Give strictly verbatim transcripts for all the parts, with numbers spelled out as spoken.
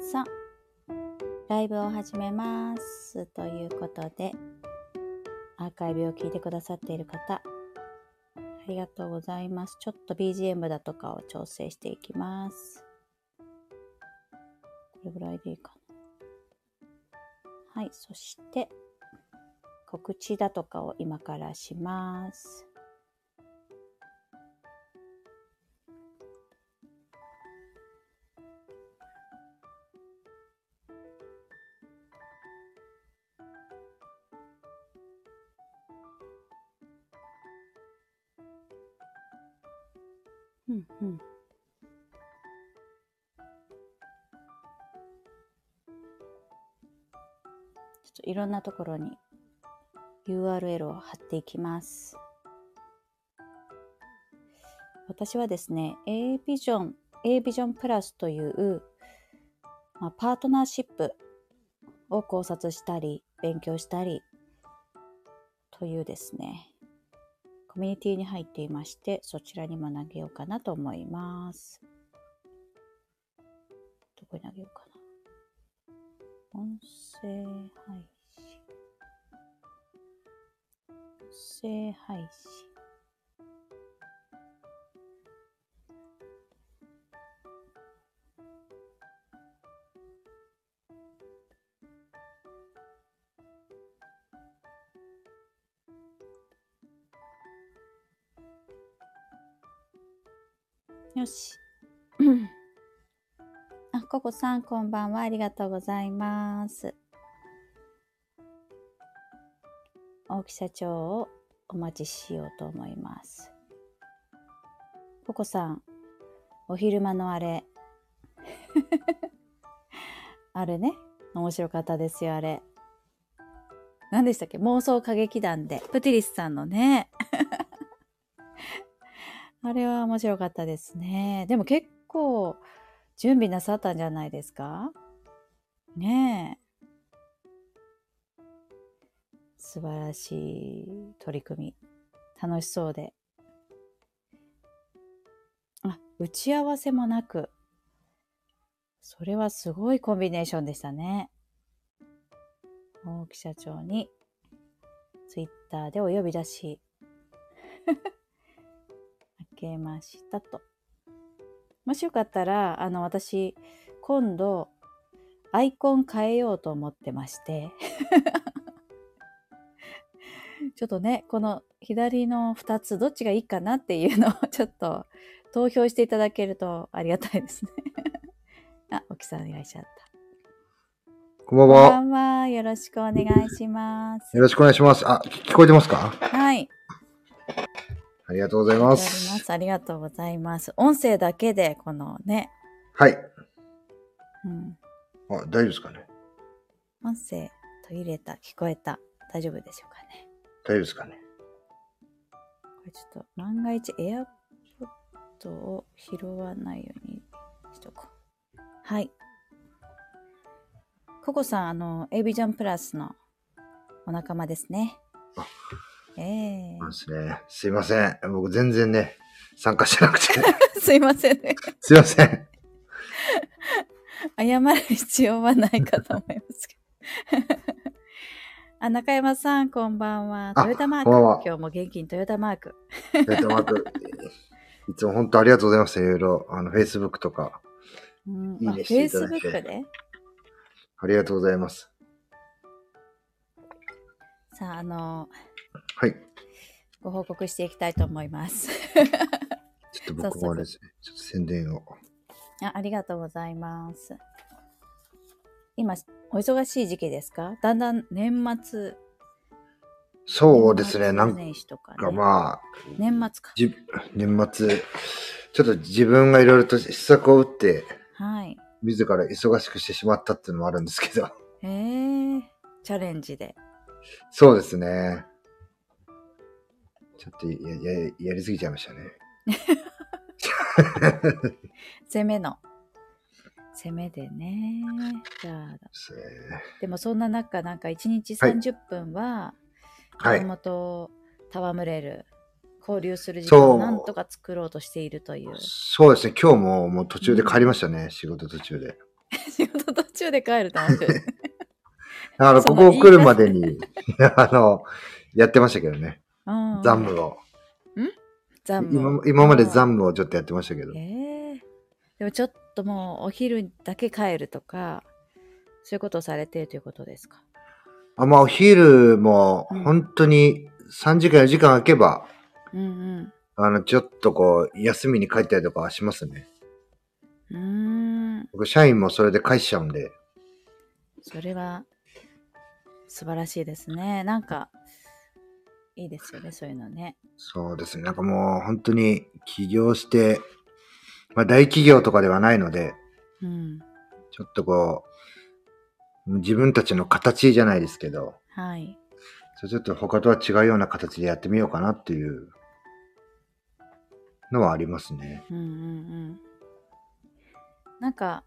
さん、ライブを始めますということで、アーカイブを聞いてくださっている方、ありがとうございます。ちょっと ビージーエム だとかを調整していきます。これぐらいでいいかな。はい、そして告知だとかを今からします。うんうん。ちょっといろんなところに ユーアールエル を貼っていきます。私はですね、A ビジョン、A ビジョンプラスという、まあ、パートナーシップを考察したり、勉強したりというですね、コミュニティに入っていまして、そちらにも投げようかなと思います。どこに投げようかな。音声配信。音声配信。よし。あ、ココさん、こんばんは。ありがとうございます。大木社長をお待ちしようと思います。ココさん、お昼間のあれ。あれね。面白かったですよ、あれ。何でしたっけ？妄想歌劇団で。プティリスさんのね。あれは面白かったですね。でも結構準備なさったんじゃないですか？ねえ。素晴らしい取り組み。楽しそうで。あ、打ち合わせもなく。それはすごいコンビネーションでしたね。大木社長にツイッターでお呼び出し。開けましたと。もしよかったら、あの、私、今度、アイコン変えようと思ってまして。ちょっとね、この左のふたつ、どっちがいいかなっていうのをちょっと投票していただけるとありがたいですね。あ、沖さんいらっしゃった。 こんばんは。 こんばんは。よろしくお願いします。 よろしくお願いします。あ、聞こえてますか？ はい。 ありがとうございます。 ありがとうございます。音声だけで、このね。 はい。 うん。 あ、大丈夫ですかね？ 音声途切れた、聞こえた。大丈夫でしょうかね？ 大丈夫ですかね？ これちょっと万が一エアポッドを拾わないようにしとこう。はい。ココさん、あの、A ビジョンプラスのお仲間ですね。 あ、 ええー。 そうですね。すいません。僕全然ね、参加してなくて。 すいませんね。 すいません。 謝る必要はないかと思いますけど。あ、中山さん、こんばんは。トヨタマーク。今日も元気にトヨタマーク。 トヨタマーク。いつも本当ありがとうございます。いろいろ、あの、Facebook とか、 うん、 いいねしていただいて。 Facebook でありがとうございます。 さあ、あの、 はい。 ご報告していきたいと思います。 ちょっと僕もあれですね。ちょっと宣伝を。 あ、ありがとうございます。今、お忙しい時期ですか？だんだん年末。 そうですね。なんか、 年始とかね、まあ、 年末か。 年末、ちょっと自分がいろいろと施策を打って、 はい。 自ら忙しくしてしまったっていうのもあるんですけど。 へえ、チャレンジで。 そうですね。ちょっとや、や、やりすぎちゃいましたね。 攻めの。攻めでね。じゃあ。でもそんな中、なんかいちにちさんじゅっぷんは、子供と戯れる、交流する時間をなんとか作ろうとしているという。 そうですね。今日ももう途中で帰りましたね。うん、仕事途中で。 仕事途中で帰ると面白い。 だから、ここを来るまでに、あの、やってましたけどね。 うんうん残務を。 ん残務今今まで残務をちょっとやってましたけど。 ええでもちょっともうお昼だけ帰るとか、そういうことをされているということですか。 あ、まあ、お昼もうん本当にさんじかんよじかん空けば、 うんうん。 あの、ちょっとこう、休みに帰ったりとかはしますね。 うーん、 僕、社員もそれで返しちゃうんで。 それは素晴らしいですね。なんか、いいですよね、そういうのね。 そうですね。なんかもう本当に起業して、まあ大企業とかではないので、 うん。 ちょっとこう、自分たちの形じゃないですけど、 はい。 それちょっと他とは違うような形でやってみようかなっていうのはありますね。 うんうんうん。なんか、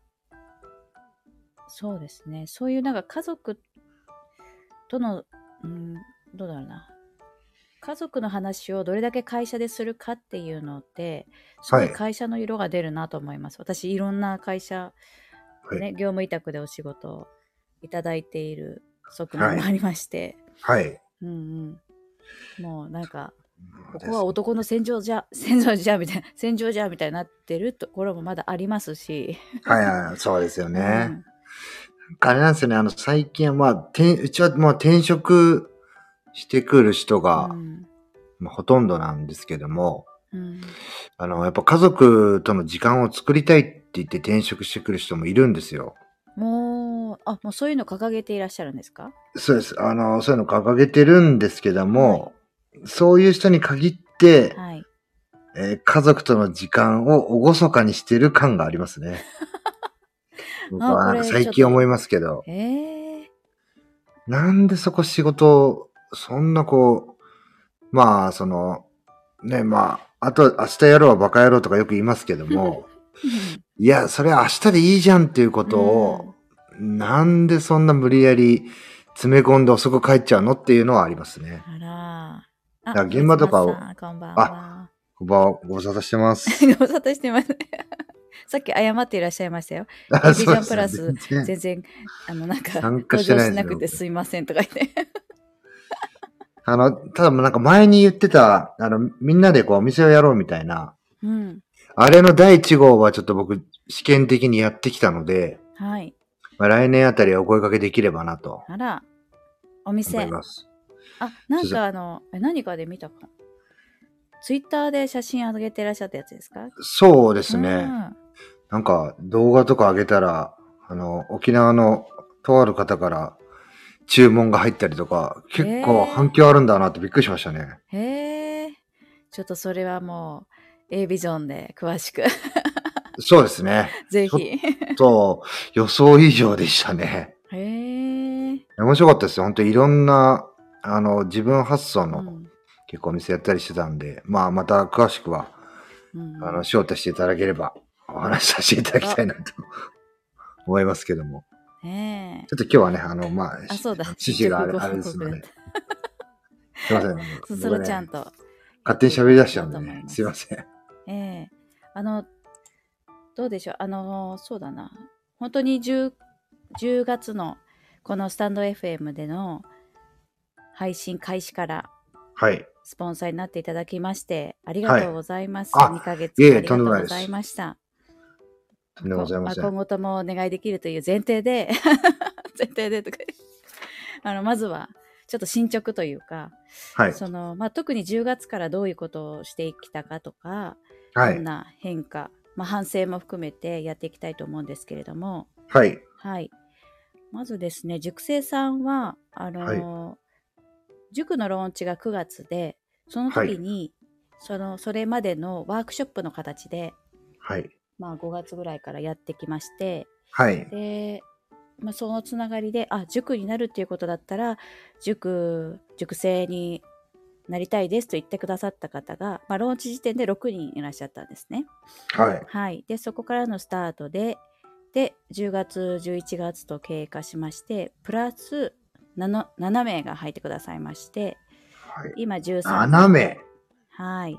そうですね。そういうなんか家族との、うん、どうだろうな。家族の話をどれだけ会社でするかっていうのって、すごいはい会社の色が出るなと思います。私、いろんな会社でね、 はい。 業務委託でお仕事をいただいている側はい。 面もありまして、 はい。 うんうん。もうなんか、 そうですここは男の戦場じゃ、戦場じゃみたいな、戦場じゃみたいになってるところもまだありますし、 はいはい、そうですようね。 ん。 あれなんですよね、あの、最近はまあ、てんうちはまあ転職してくる人うが、 ん。 まあ、ほとんどなんですけども、 うん。 あの、やっぱ家族との時間を作りたいって言って転職してくる人もいるんですよ。 もう、あ、もうそういうの掲げていらっしゃるんですか？ そうです。あの、そういうの掲げてるんですけども、 はそういう人に限って、 はい。 えー家族との時間を厳かにしてる感がありますね。僕あ、こはなんかれちょっと、 最近思いますけど、 ええなんでそこ仕事、そんなこう、まあ、その、ね、まあ、あと明日やろうはバカ野郎とかよく言いますけども、 うんいや、それは明日でいいじゃんっていうことを、なんでそんな無理やり詰め込んで遅く帰っちゃうのっていうのはありますね。 あら。あ、 だから現場とかを松松さん、こんばんあ、 は。 こんばんはご無沙汰してまごす。 無沙汰してますね。さっき謝っていらっしゃいましたよ。 あ、 A ビジョンそうですね。 プラス、 全然全然、あの、なんか、 参加登してないですね。 場しなくて僕すいませんとか言って。 あの、ただなんか前に言ってた、あの、みんなでこうお店をやろうみたいな、 うん。 あれのだいいち号はちょっと僕試験的にやってきたので、 はい。 まあ、来年あたりはお声掛けできればなとあら、お思い店。 ます。 あ、なんそうそうかあの、え何かで見たか。ツイッターで写真上げてらっしゃったやつですか？ そうでうすね。 ん。 なんか動画とか上げたら、あの、沖縄のとある方から注文が入ったりとか、結構反響あるんだなってびっくりしましたね。 へえ。ちょっとそれはもう、A ビジョンで詳しく。 そうですね。 ぜちょっひ。 と予想以上でしたね。 へえ。 面白かったですよ。本当にいろんな、あの、自分発想のうん。 結構お店やったりしてたんで、まあまた詳しくは、 うんあの、招待していただければお話しさせていただきたいなと思いますけども。 ねえ。 ちょっと今日はね、あの、まあ、 あ、そうだ。 趣旨があれ進捗あれですのでご報告だっ、 すいません。あのた。そそれ僕ねちゃんと。 勝手に喋り出しちゃうんでね、 やっていきたいなと思いますすいません。 ええあの、どうでしょう。あの、そうだな。本当に 10, 10月のこのスタンド エフエム での配信開始からはい。 スポンサーになっていただきましてありがとうございます。 はいあにかげついえいえありがとうとんでもないですございました。 とんでもございません。 こ今後ともお願いできるという前提で前提でとか言ってあのまずはちょっと進捗というか、 はい。 そのまあ、特にじゅうがつからどういうことをしてきたかとか、 はい。 どんな変化、まあ、反省も含めてやっていきたいと思うんですけれども、 はい。 はい。まずですね、塾生さんは、あのー塾のローンチがくがつで、その時に、その、それまでのワークショップの形で、 はい。 まあごがつぐらいからやってきまして、 はい。 で、まあ、そのつながりで、あ、塾になるっていうことだったら、塾、塾生になりたいですと言ってくださった方が、まあ、ローンチ時点でろくにんいらっしゃったんですね。 はい。 はい。で、そこからのスタートで、で、じゅうがつ、じゅういちがつと経過しまして、プラス 7, ななめいが入ってくださいまして、 はい。 今じゅうさんにん。 斜め。 はい。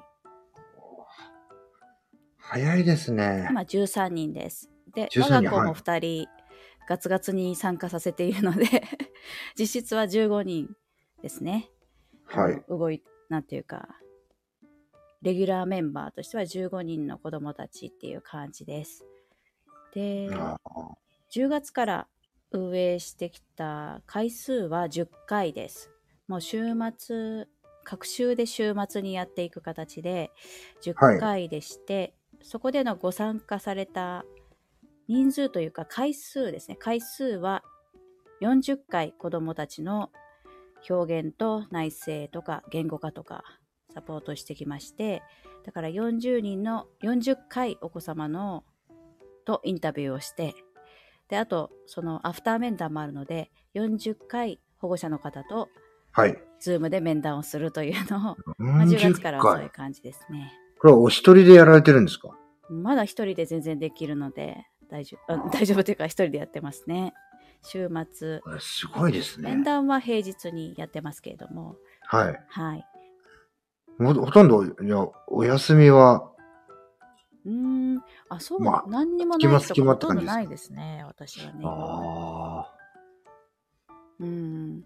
早いですね。 今じゅうさんにんです。で、 じゅうさんにん我が子もふたりガツガツに参加させているので実質はじゅうごにんですね。 はい。 動いなんていうかレギュラーメンバーとしてはじゅうごにんの子どもたちっていう感じです。で、じゅうがつから運営してきた回数はじゅっかいです。もう週末、各週で週末にやっていく形で10 はい。 回でして、そこでのご参加された人数というか回数ですね。回数はよんじゅっかい子どもたちの表現と内省とか言語化とかサポートしてきまして、だからよんじゅうにんのよんじゅっかいお子様のとインタビューをして、であとそのアフター面談もあるのでよんじゅっかい保護者の方とはい。 ズームで面談をするというのを、まあ、じゅうがつからはそういう感じですね。 これはお一人でやられてるんですか？ まだ一人で全然できるので大丈夫、大丈夫というか一人でやってますね。週末すごいですね。 面談は平日にやってますけれども、 はい。 はい。 ほとんど、いや、お休みは、 うーん、あ、そう、 まあ、 何にも隙間隙間ない日とかほって感じですか？ とんどないですね、私はね、今は。 あうーん。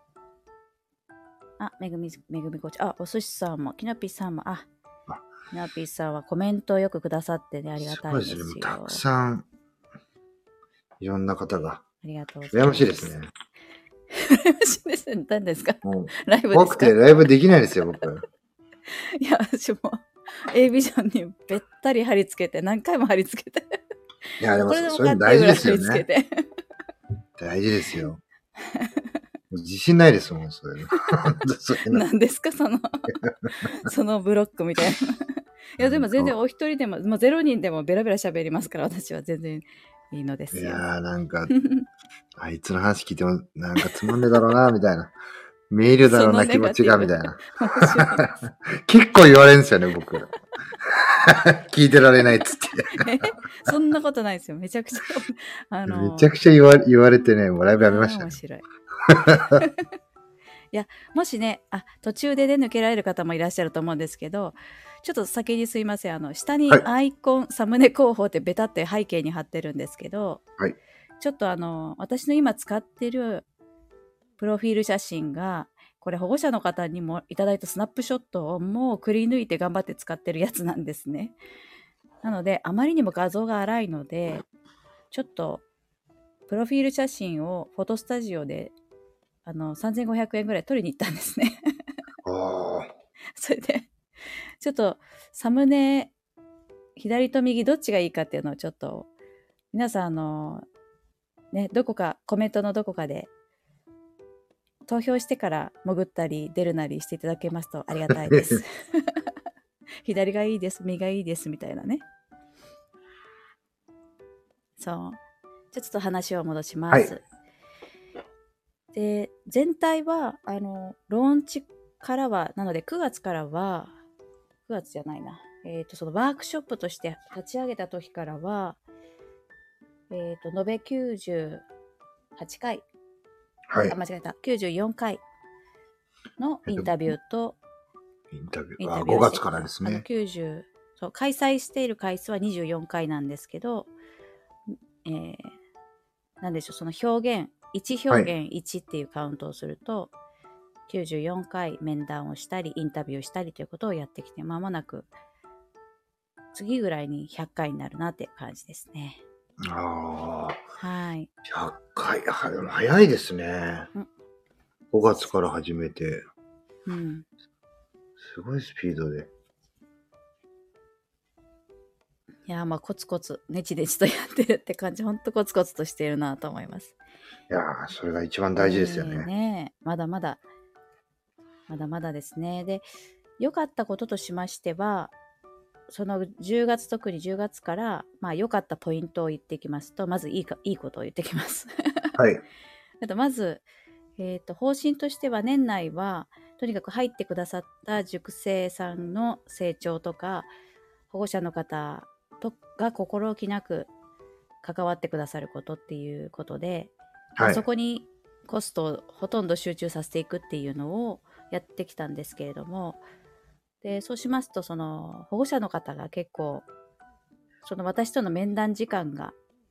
あ、めぐみ、めぐみコーチ、あ、お寿司さんも、きのぴさんも、あ、 あ。 きのぴさんはコメントをよくくださってね、ありがすたいでごいですね。 すよ。 たくさん、いろんな方が。 ありがとうございます。 羨ましいですね。 羨ましいですね。何ですか？ もう、 ライブですか？ 怖くてライブできないですよ、僕。 いや、私も A ビジョンにべったり貼り付けて、何回も貼り付けて。 いや、でもこれでもそういうの大かっていうぐらい貼事ですよね。 り付けて。 大事ですよ。自信ないですもん、そういうの。そういうの何ですか、その、そのブロックみたいな。いや、でも全然お一人でも、もうゼロにんでもベラベラ喋りますから、私は全然いいのですよ。 いやー、なんか、あいつの話聞いても、なんかつまんねえだろうな、みたいな。メールだろうな、気持ちが、みたいな。結構言われるんですよね、僕。聞いてられないっつって。 そんなことないですよ。めちゃくちゃ、あの、 めちゃくちゃ言わ言われてね、もうライブやめましたね。 面白い。いや、もしね、あ、途中で出抜けられる方もいらっしゃると思うんですけど、ちょっと先にすいません。あの、下にアイコン、はい、サムネ候補ってベタって背景に貼ってるんですけど、 はい、 ちょっとあの、私の今使ってるプロフィール写真が、これ保護者の方にもいただいたスナップショットをもうくり抜いて頑張って使ってるやつなんですね。なので、あまりにも画像が荒いので、ちょっと、プロフィール写真をフォトスタジオで、あの、さんぜんごひゃくえんぐらい取りに行ったんですね。それで、ちょっと、サムネ、左と右どっちがいいかっていうのをちょっと、皆さん、あの、ね、どこか、コメントのどこかで、投票してから潜ったり出るなりしていただけますとありがたいです。左がいいです、右がいいですみたいなね。そう。じゃあちょっと話を戻します。はい、で、全体は、あの、ローンチからは、なのでくがつからは、くがつじゃないな。えっと、そのワークショップとして立ち上げた時からは、えっと、延べきゅうじゅうはちかい。はい、あ、間違えた。きゅうじゅうよんかいのインタビューと、 インタビュー、あ、ごがつからですね。 あのきゅうじゅう、そう、開催している回数はにじゅうよんかいなんですけど、えー、なんでしょう、その表現、いち表現いちっていうカウントをすると、はい、きゅうじゅうよんかい面談をしたり、インタビューしたりということをやってきて、まもなく、次ぐらいにひゃっかいになるなっていう感じですね。 ああ。 はい。 ひゃっかい、は早いですね。うん、ごがつから始めて。 うん。 すごいスピードで。 いや、まあ、コツコツ、ねちねちとやってるって感じ、ほんとコツコツとしているなと思います。 いやー、それが一番大事ですよね。 えー、ねまだまだ、まだまだですね。で、良かったこととしましては、そのじゅうがつ、特にじゅうがつから、まあ、良かったポイントを言ってきますと、まずいいか、いいことを言ってきます。 はい。 あと、まず、えっと、方針としては、年内は、とにかく入ってくださった塾生さんの成長とか、保護者の方とが心置きなく関わってくださることっていうことで、はい、まあ、そこにコストをほとんど集中させていくっていうのをやってきたんですけれども、でそうしますと、その保護者の方が結構その私との面談時間が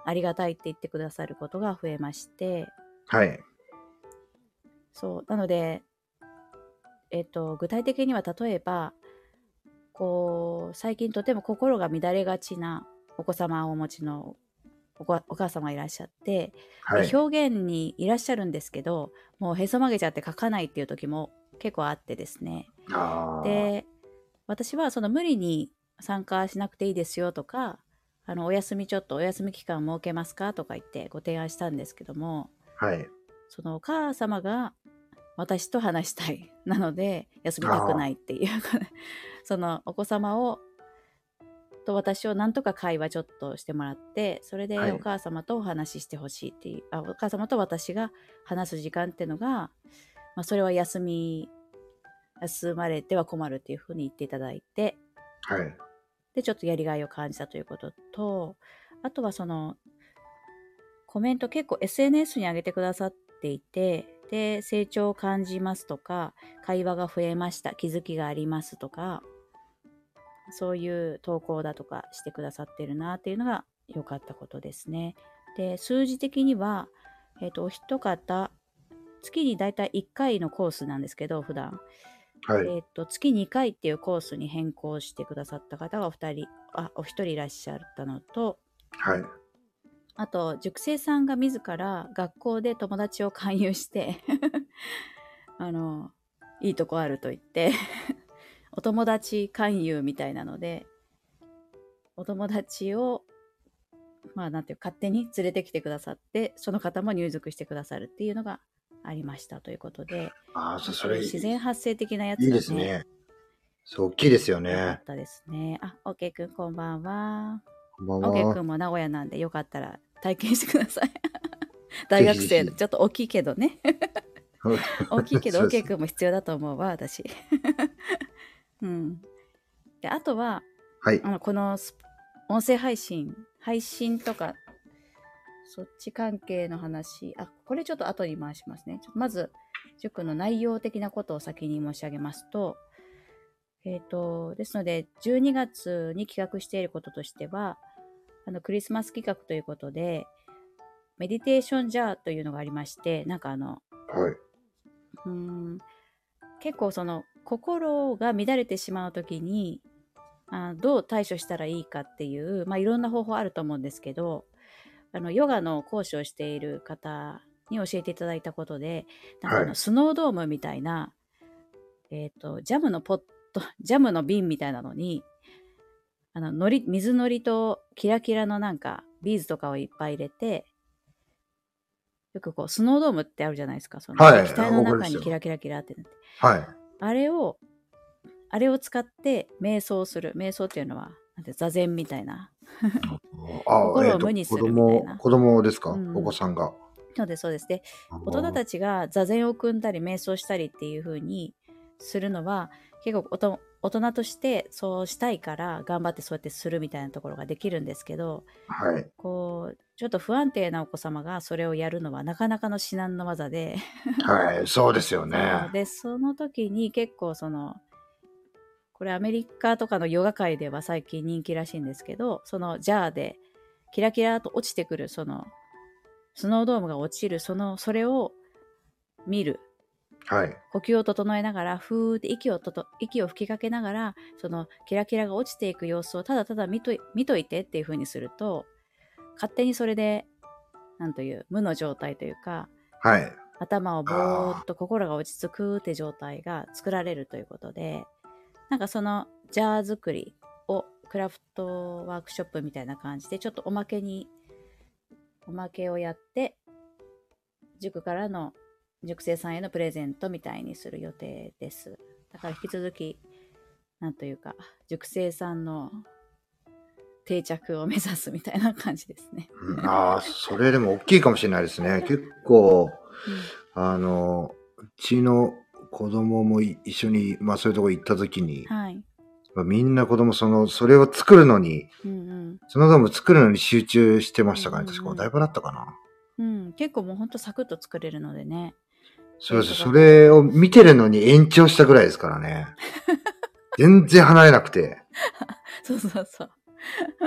ありがたいって言ってくださることが増えまして、 はい。 そうなので、えっと、具体的には例えばこう最近とても心が乱れがちなお子様をお持ちの お, お母様がいらっしゃって、 はい。 で表現にいらっしゃるんですけど、もうへそ曲げちゃって書かないっていう時も結構あってですね。 あで私はその無理に参加しなくていいですよとか、あのお休みちょっとお休み期間設けますかとか言ってご提案したんですけども、 あ。はい。 そのお母様が私と話したいなので休みたくないっていうそのお子様をと私をなんとか会話ちょっとしてもらって、それでおはい。 母様とお話ししてほしいっていう、あお母様と私が話す時間っていうのが、まあ、それは休み休まれては困るっていうふうに言っていただいて、 はい。 でちょっとやりがいを感じたということと、あとはそのコメント結構 エスエヌエス に上げてくださっていて、で成長を感じますとか、会話が増えました、気づきがありますとか、そういう投稿だとかしてくださってるなっていうのが良かったことですね。で数字的には、えーと、お一方月にだいたいいっかいのコースなんですけど、普段、 はい。 えーと、月にかいっていうコースに変更してくださった方がお二人、あ、お一人いらっしゃったのと、 はい。 あと塾生さんが自ら学校で友達を勧誘してあのいいとこあると言ってお友達勧誘みたいなので、お友達をまあなんていう勝手に連れてきてくださって、その方も入塾してくださるっていうのがありましたということで、 ああ、そ、そそういうれい自然発生的なやいつがね、 ですね。そう、大きいですよよかね。 ったですね。あ、オーケーくんこんばんは。 こんばんオーケーくは。 んも名古屋なんでよかったら体験してください。大ぜひ学生、 ぜひ。 ちょっと大きいけどね。大きいけどそうです。 オーケーくんも必要だと思うわ、私。うん。で、あとは、 はい。 あのこのス音声配信、配信とか、そっち関係の話、あ、これちょっと後に回しますね。ちょっとまず、塾の内容的なことを先に申し上げますと、えっと、ですので、じゅうにがつに企画していることとしては、あの、クリスマス企画ということで、メディテーションジャーというのがありまして、なんかあの、 はい。 うーん、結構その、心が乱れてしまうときに、あどう対処したらいいかっていう、まあ、いろんな方法あると思うんですけど、あのヨガの講師をしている方に教えていただいたことで、なんかあのはい。 スノードームみたいな、えーと、ジャムのポット、ジャムの瓶みたいなのに、あののり水のりとキラキラのなんかビーズとかをいっぱい入れて、よくこうスノードームってあるじゃないですか、そのはい。 液体のわかりますよ。 中にキラキラキラってなって、 はい。 あれをあれを使って瞑想する。瞑想っていうのはなんて座禅みたいなああ、えっと、 心を無にす子るみたい供、 な。 子供ですうか？お子ん、 さんが。 そうですそうです。で、 あ大人ーたちが座禅を組んだり瞑想したりっていう風にするのは、結構おと大人としてそうしたいから頑張ってそうやってするみたいなところができるんですけど、 はい。 こうちょっと不安定なお子様がそれをやるのはなかなかの至難の業ではい。そうですよね。 そうで、その時に結構そのこれアメリカとかのヨガ界では最近人気らしいんですけど、そのジャーでキラキラと落ちてくるそのスノードームが落ちる、そのそれを見る、 はい。 呼吸を整えながら、ふーって息をとと息を吹きかけながら、そのキラキラが落ちていく様子をただただ見とい見といてっていう風にすると、勝手にそれでなんという無の状態というか、 はい。 頭をぼーあっと心が落ち着くって状態が作られるということで、なんかそのジャー作りをクラフトワークショップみたいな感じでちょっとおまけにおまけをやって、塾からの塾生さんへのプレゼントみたいにする予定です。だから引き続きなんというか塾生さんの定着を目指すみたいな感じですね。 ー、うん、あー、それでも大きいかもしれないですね。結構、 うん、 あの、うちの子供もい一緒に、まあそういうとこ行った時に、 はい。 まあ、みんな子供その、それを作るのに、 うんうん。 そのドーム作るのに集中してまうんしたかね。確かおうん台場だったかな。 うん。うん、結構もうほんとサクッと作れるのでね。 そうです。そそういう方々。 れを見てるのに延長したぐらいですからね。全然離れなくて。 そうそうそう。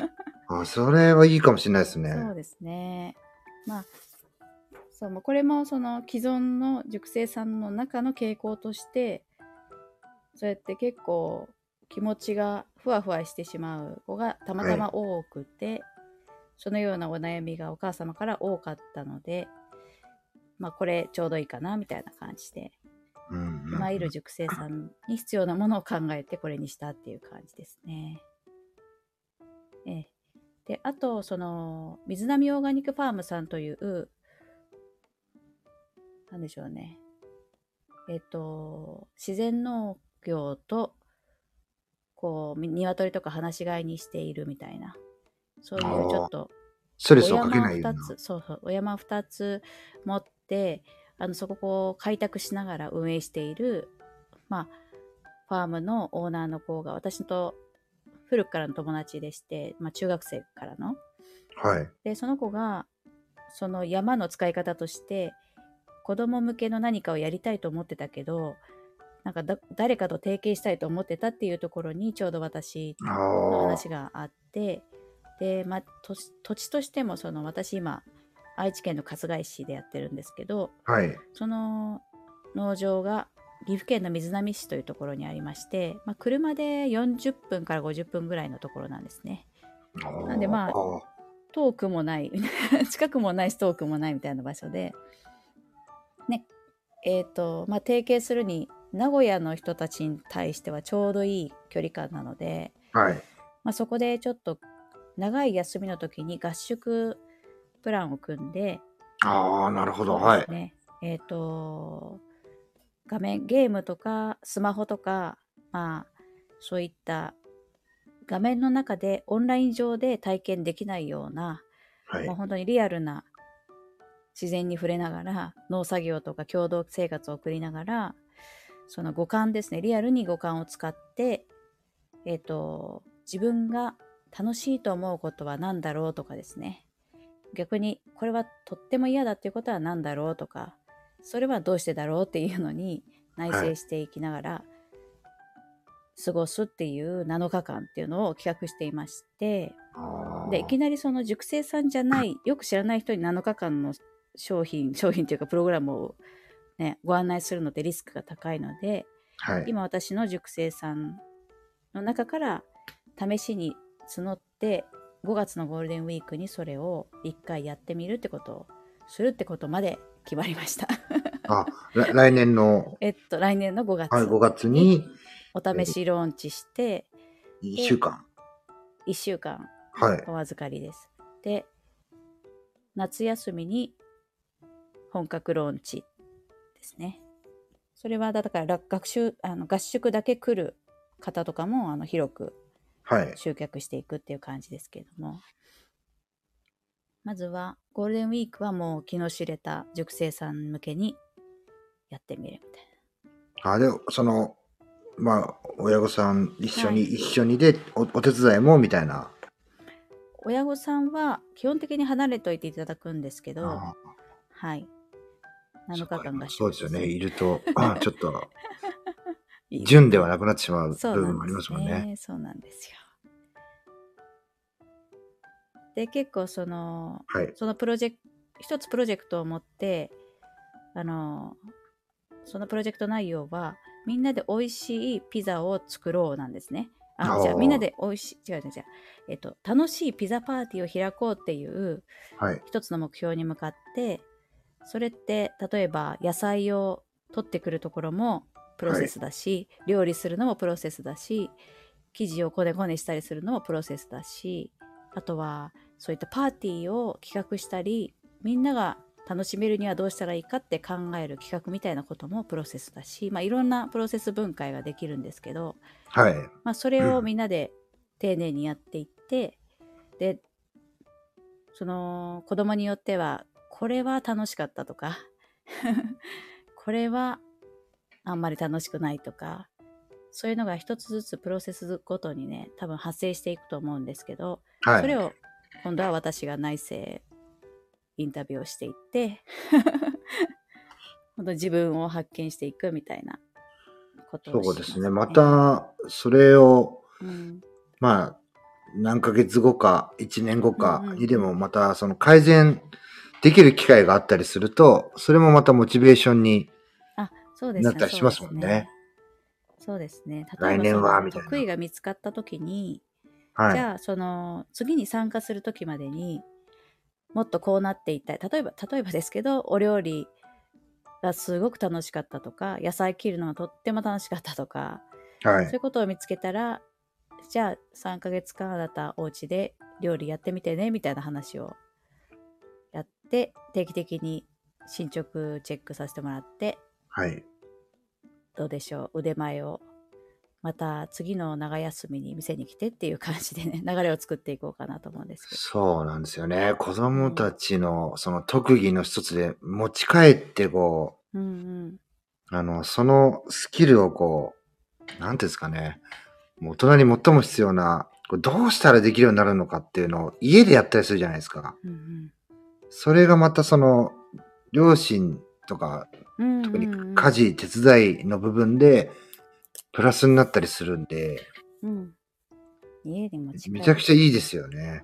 あ、それはいいかもしれないですね。 そうですね。まあ、そう、もうこれもその既存の塾生さんの中の傾向として、そうやって結構気持ちがふわふわしてしまう子がたまたま多くて、はい、そのようなお悩みがお母様から多かったので、まあこれちょうどいいかなみたいな感じで、うんうんうん、今いる塾生さんに必要なものを考えてこれにしたっていう感じですね。ええ、であとその水波オーガニックファームさんというなんでしょうね、えっと自然農業とこう鶏とか放し飼いにしているみたいな、そういうちょっとストレスをかけないような、 お山をふたつ、そうそう、お山をふたつ持って、あのそこを開拓しながら運営している、まあ、ファームのオーナーの子が私と古くからの友達でして、まあ、中学生からの。 はい。 で、その子が、その山の使い方として、子供向けの何かをやりたいと思ってたけど、なんかだ誰かと提携したいと思ってたっていうところにちょうど私の話があって、で、まあ、土, 土地としてもその私今愛知県の春日井市でやってるんですけど、 はい、その農場が岐阜県の瑞浪市というところにありまして、まあ、車でよんじゅっぷんからごじゅっぷんぐらいのところなんですね。なんでまあ遠くもない近くもないし遠くもないみたいな場所でね、えっとまあ提携するに名古屋の人たちに対してはちょうどいい距離感なので、 はい、 まあ、そこでちょっと長い休みの時に合宿プランを組んで、 ああ、なるほど、 そうですね、はい、えっと画面ゲームとかスマホとか、まあそういった画面の中でオンライン上で体験できないような、はい、もう本当にリアルな自然に触れながら農作業とか共同生活を送りながら、その五感ですね、リアルに五感を使って、えっと自分が楽しいと思うことは何だろうとかですね、逆にこれはとっても嫌だっていうことは何だろうとか、それはどうしてだろうっていうのに内省していきながら過ごすっていうなのかかんっていうのを企画していまして、でいきなりその塾生さんじゃないよく知らない人になのかかんの商品商品というかプログラムを、ね、ご案内するのでリスクが高いので、はい、今私の塾生さんの中から試しに募ってごがつのゴールデンウィークにそれをいっかいやってみるってことをするってことまで決まりましたあ、来年のえっと来年のごがつ、 はい、ごがつにお試しローンチして、 えー、いっしゅうかんいっしゅうかんお預かりです、はい、で夏休みに本格ローンチですね。それはだから学習あの合宿だけ来る方とかもあの広く集客していくっていう感じですけれども、はい、まずはゴールデンウィークはもう気の知れた塾生さん向けにやってみるみたいな。あ、でそのまあ親御さん一緒に、はい、一緒にで お, お手伝いもみたいな。 親御さんは基本的に離れといていただくんですけど、はい、なのかかんがそうですよね、いるとあちょっと純ではなくなってしまう部分もありますもんね。 そうなんですよ。で結構その、はい、そのプロジェクト一つプロジェクトを持ってあのそのプロジェクト内容はみんなで美味しいピザを作ろうなんですね。あ、じゃあみんなで美味しい違う違う違う、えっと、楽しいピザパーティーを開こうっていう一つの目標に向かって、はい、それって例えば野菜を取ってくるところもプロセスだし、はい、料理するのもプロセスだし、生地をこねこねしたりするのもプロセスだし、あとはそういったパーティーを企画したりみんなが楽しめるにはどうしたらいいかって考える企画みたいなこともプロセスだし、まあ、いろんなプロセス分解ができるんですけど、 はい、 まあ、それをみんなで丁寧にやっていって、うん、でその子供によってはこれは楽しかったとかこれはあんまり楽しくないとか、そういうのが一つずつプロセスごとにね多分発生していくと思うんですけど、はい、それを今度は私が内政インタビューをしていって本当自分を発見していくみたいなことをしますね。 そうですね。またそれを、うん、まあ何ヶ月後かいちねんごかうんうんにでもまたその改善できる機会があったりすると、それもまたモチベーションにあ、そうですね、 なったりしまそうですすもんね。 ね。そうですね。例え来年ばそのはみたいな。 得意が見つかった時に、 はい。 じゃあその次に参加する時までにもっとこうなっていったい。例えば、例えばですけど、お料理がすごく楽しかったとか、野菜切るのがとっても楽しかったとか、 はい。 そういうことを見つけたら、じゃあさんかげつかんあなたお家で料理やってみてねみたいな話をやって、定期的に進捗チェックさせてもらって、 はい。 どうでしょう、腕前をまた次の長休みに店に来てっていう感じでね、流れを作っていこうかなと思うんですけど。 そうなんですよね。子供たうん、 ちのその特技の一つで持ち帰ってこうんうんう、あの、そのスキルをこう、なんていうんですかね。もう大人に最も必要な、これどうしたらできるようになるのかっていうのを家でやったりするじゃないですか。 うんそれがまたその、両親とか、 うん特にうんうん家事、手伝いの部分で、プラスになったりするんで、 うん、家に持ち帰める。 ちゃくちゃいいですよね。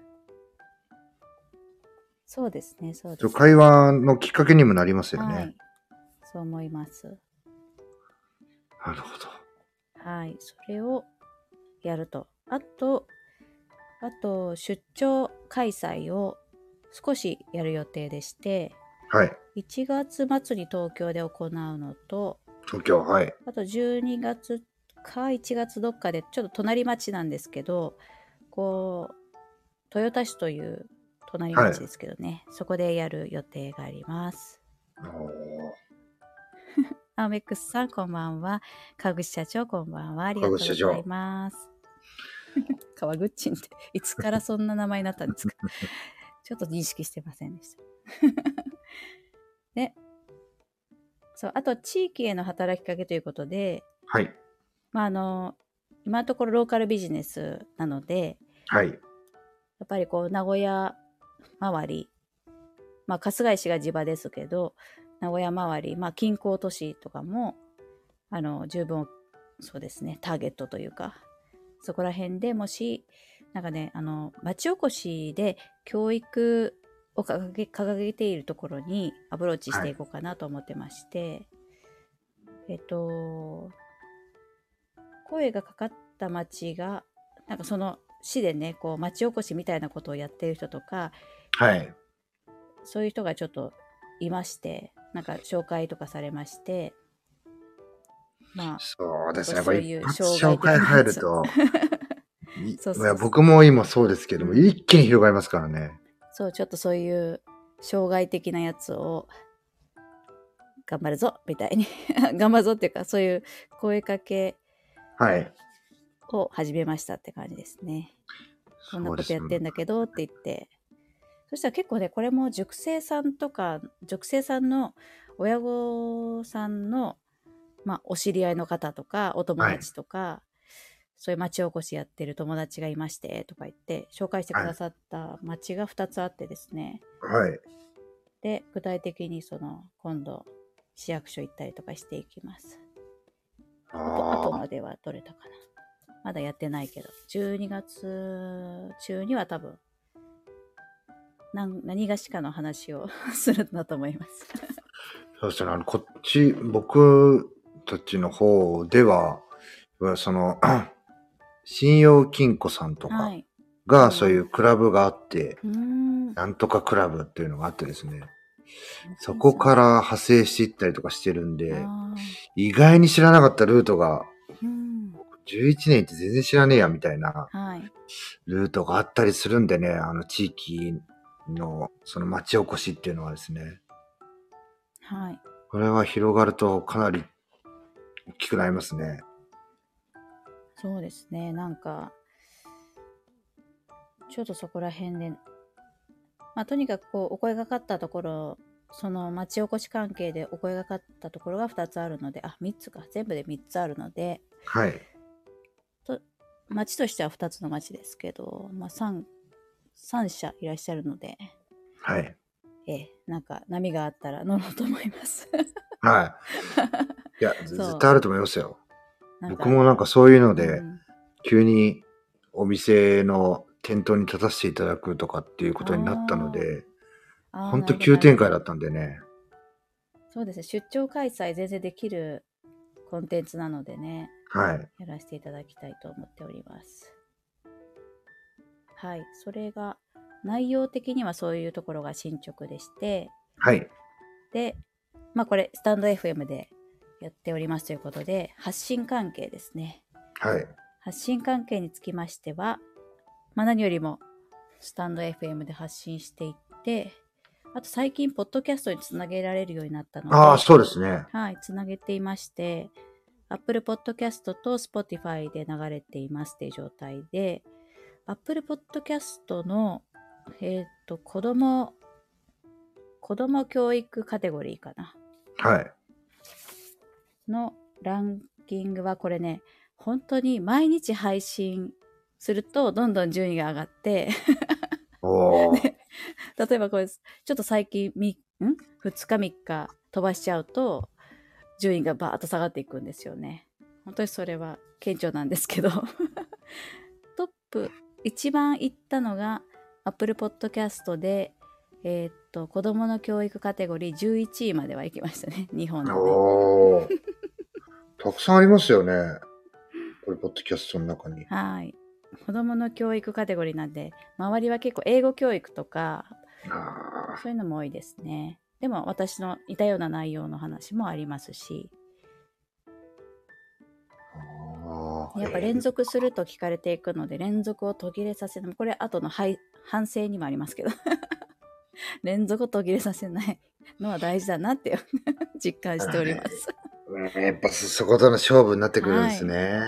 そうですね、そうですね。 そう会話のきっかけにもなりますよね。 はい、そう思います。 なるほど。 はい、それをやると。あと、あと、出張開催を少しやる予定でして、 はい。 いちがつ末に東京で行うのと、 東京、はい。 あとじゅうにがつかいちがつどっかで、ちょっと隣町なんですけど、こう、豊田市という隣はい。 町ですけどね、そこでやる予定があります。 おーアメックスさん、こんばんは。川口社長、こんばんは。ありが川とうござい口社長。 ます。川口って、いつからそんな名前になったんですか？ちょっと認識してませんでした。で、そう、あと地域への働きかけということで、 はい。 まあ、あの、今のところローカルビジネスなので、 はい。 やっぱりこう、名古屋周り、まあ、春日井市が地場ですけど、名古屋周り、まあ、近郊都市とかも、あの、十分、そうですね、ターゲットというか、そこら辺でもし、なんかね、あの、町おこしで教育を掲げ掲げているところにアプローチしはい。 ていこうかなと思ってまして、えっと、声がかかった町が、なんかその市でね、こう、町おこしみたいなことをやっている人とか、 はい。 そういう人がちょっといまして、なんか紹介とかされまして、まあ、 そうですね。こ少しそうれ一発いう障害紹介的なやつを。 入ると、いいそうそうそう。 や僕も今そうですけども、 うん。 一気に広がりますからね。 そう、ちょっとそういう障害的なやつを頑張るぞみたいに頑張るぞっていうか、そういう声かけはい。 を始めましたって感じですね。こんなそうですよね。 ことやってんだけどって言って、そしたら結構ね、これも塾生さんとか、塾生さんの親御さんの、まあ、お知り合いの方とか、お友はい。 達とか、そういう町おこしやってる友達がいましてとか言って紹介してくはい。 ださった町がふたつあってですね。 はい。 で、具体的にその今度市役所行ったりとかしていきます。あと、あああ。 とまでは取れたかな。まだやってないけど、じゅうにがつ中には多分何何がしかの話をするんだと思います。 そうですね。あの、こっち、僕たちの方では、その、信用金庫さんとかはい。 がそういうクラブがあって、 うーん。 なんとかクラブっていうのがあってですね、そ全然知らない。 こから派生していったりとかしてるんで、 ああ。 意外に知らなかったルートが、 うん。 じゅういちねんって全然知らねえやみたいなはい。 ルートがあったりするんでね、あの地域のその町おこしっていうのはですね、 はい。 これは広がるとかなり大きくなりますね。 そうですね。なんか、ちょっとそこら辺で、まあ、とにかくこうお声がかったところ、その町おこし関係でお声がかったところがふたつあるので、あ、みっつか、全部でみっつあるので、 はい。 と町としてはふたつの町ですけど、まあ、3, 3社いらっしゃるので、 はい。 ええ、なんか波があったら乗ろうと思います。 はい。いや、 そう絶対あると思いますよ。 なんか、 僕もなんかそういうので、 うん、 急にお店の店頭に立たせていただくとかっていうことになったので、 あーほんとなるほど急展開だったんでね。 そうですね。出張開催全然できるコンテンツなのでね、 はい。 やらせていただきたいと思っております。はい。それが、内容的にはそういうところが進捗でして、 はい。 で、まあこれ、スタンド エフエム でやっておりますということで、発信関係ですね。 はい。 発信関係につきましては、まあ何よりも、スタンド エフエム で発信していって、あと最近、ポッドキャストにつなげられるようになったので、 ああ、そうですね。 はい、つなげていまして、Apple Podcast と Spotify で流れていますっていう状態で、Apple Podcast の、えっと、子供、子供教育カテゴリーかな。 はい。 のランキングはこれね、本当に毎日配信するとどんどん順位が上がっておー。 で例えばこれちょっと最近みんふつかみっか飛ばしちゃうと順位がバーッと下がっていくんですよね。本当にそれは顕著なんですけどトップ一番いったのが Apple Podcast でえー、っと子供の教育カテゴリーじゅういちいまでは行きましたね、日本のね。 おー。たくさんありますよね。これ、ポッドキャストの中に。 はい。子供の教育カテゴリーなんで、周りは結構英語教育とか、 あそういうのも多いですね。でも私の似たような内容の話もありますし、 あー。 やっぱ連続すると聞かれていくので、連続を途切れさせない。これ後の反省にもありますけど、連続を途切れさせないのは大事だなって実感しております。 やっぱそことの勝負になってくるんですね。はい、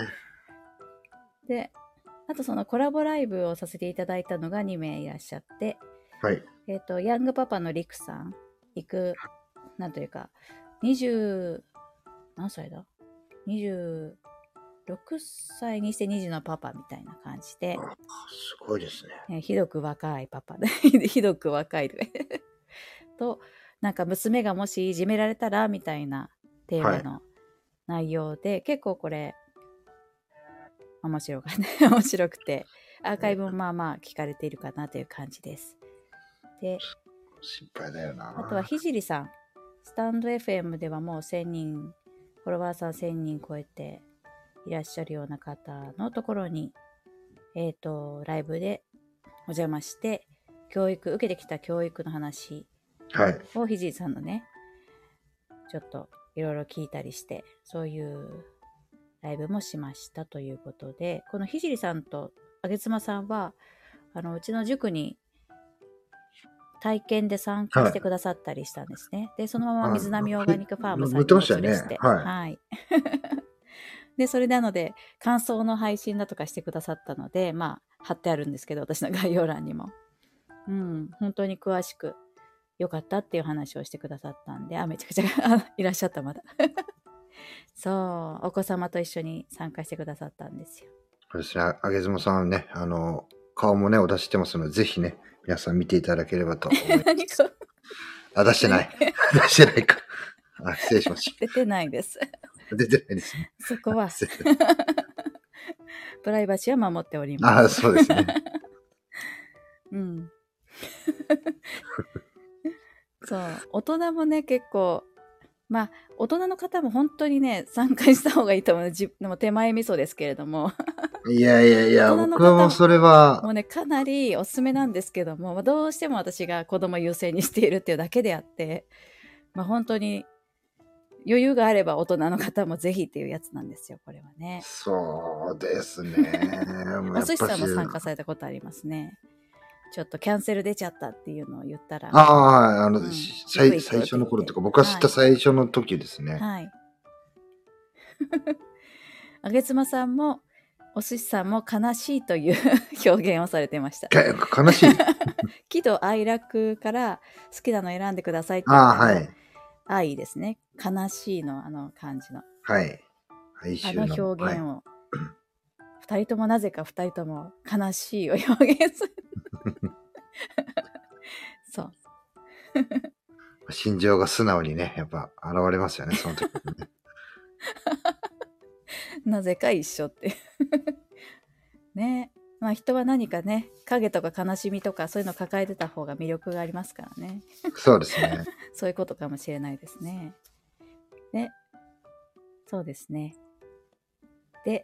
で、あとそのコラボライブをさせていただいたのがにめいいらっしゃって、 はい。 えっと、ヤングパパのリクさん、行く、なんというか、にじゅう、何歳だ ?にじゅうろくさいにしてにじゅうのパパみたいな感じで。 すごいですね。 ひどく若いパパで、ひどく若いと、なんか娘がもしいじめられたらみたいなテーマの内容で、はい、結構これ、面白かった面白くて、アーカイブもまあまあ聞かれているかなという感じです。で、 心配だよな。 あとはひじりさん、スタンド エフエム ではもうせんにん、フォロワーさんせんにん超えていらっしゃるような方のところに、えっと、ライブでお邪魔して、教育、受けてきた教育の話をひじりさんのね、ちょっといろいろ聞いたりして、そういうライブもしましたということで、このひじりさんとあげつまさんは、あの、うちの塾に体験で参加してくださったりしたんですね。はい、で、そのまま水波オーガニックファームさんにお連れして。ね、はい。はい、で、それなので、感想の配信だとかしてくださったので、まあ、貼ってあるんですけど、私の概要欄にも。うん、本当に詳しく、よかったっていう話をしてくださったんで、あ、めちゃくちゃいらっしゃった、まだ。そう、お子様と一緒に参加してくださったんですよ。 そうですね、あげずもさんね、あの、顔もね、お出ししてますので、ぜひね、皆さん見ていただければと思います。何かあ、出してない。出してないか。あ、失礼しました。 出てないです。 出てないですね。 そこは。プライバシーは守っております。 あ、そうですね。 うん。そう。大人もね、結構、まあ、大人の方も本当にね、参加した方がいいと思う。自分も手前味噌ですけれども。 いやいやいや、僕もそれは。 もうね、かなりおすすめなんですけども、まあ、どうしても私が子供優先にしているっていうだけであって、まあ、本当に余裕があれば大人の方もぜひっていうやつなんですよ、これはね。 そうですね。 お寿司さんも参加されたことありますね。ちょっとキャンセル出ちゃったっていうのを言ったら。 ああ、はい。あの、うん、最, 最初の頃とか、僕が知った最初の時ですね。 はい。あげつまさんも、お寿司さんも悲しいという表現をされてました。 悲しい喜怒哀楽から好きなの選んでくださいって言ったら、あ、はい、愛ですね。悲しいのあの感じの。 はい。 あの表現を。二、はい、人ともなぜか二人とも悲しいを表現する。そう。 心情が素直にね、やっぱ現れますよね、その時にね。 なぜか一緒って。ね。 まあ人は何かね、影とか悲しみとかそういうのを抱えてた方が魅力がありますからね。 そうですね。 そういうことかもしれないですね。で、そうですね。で、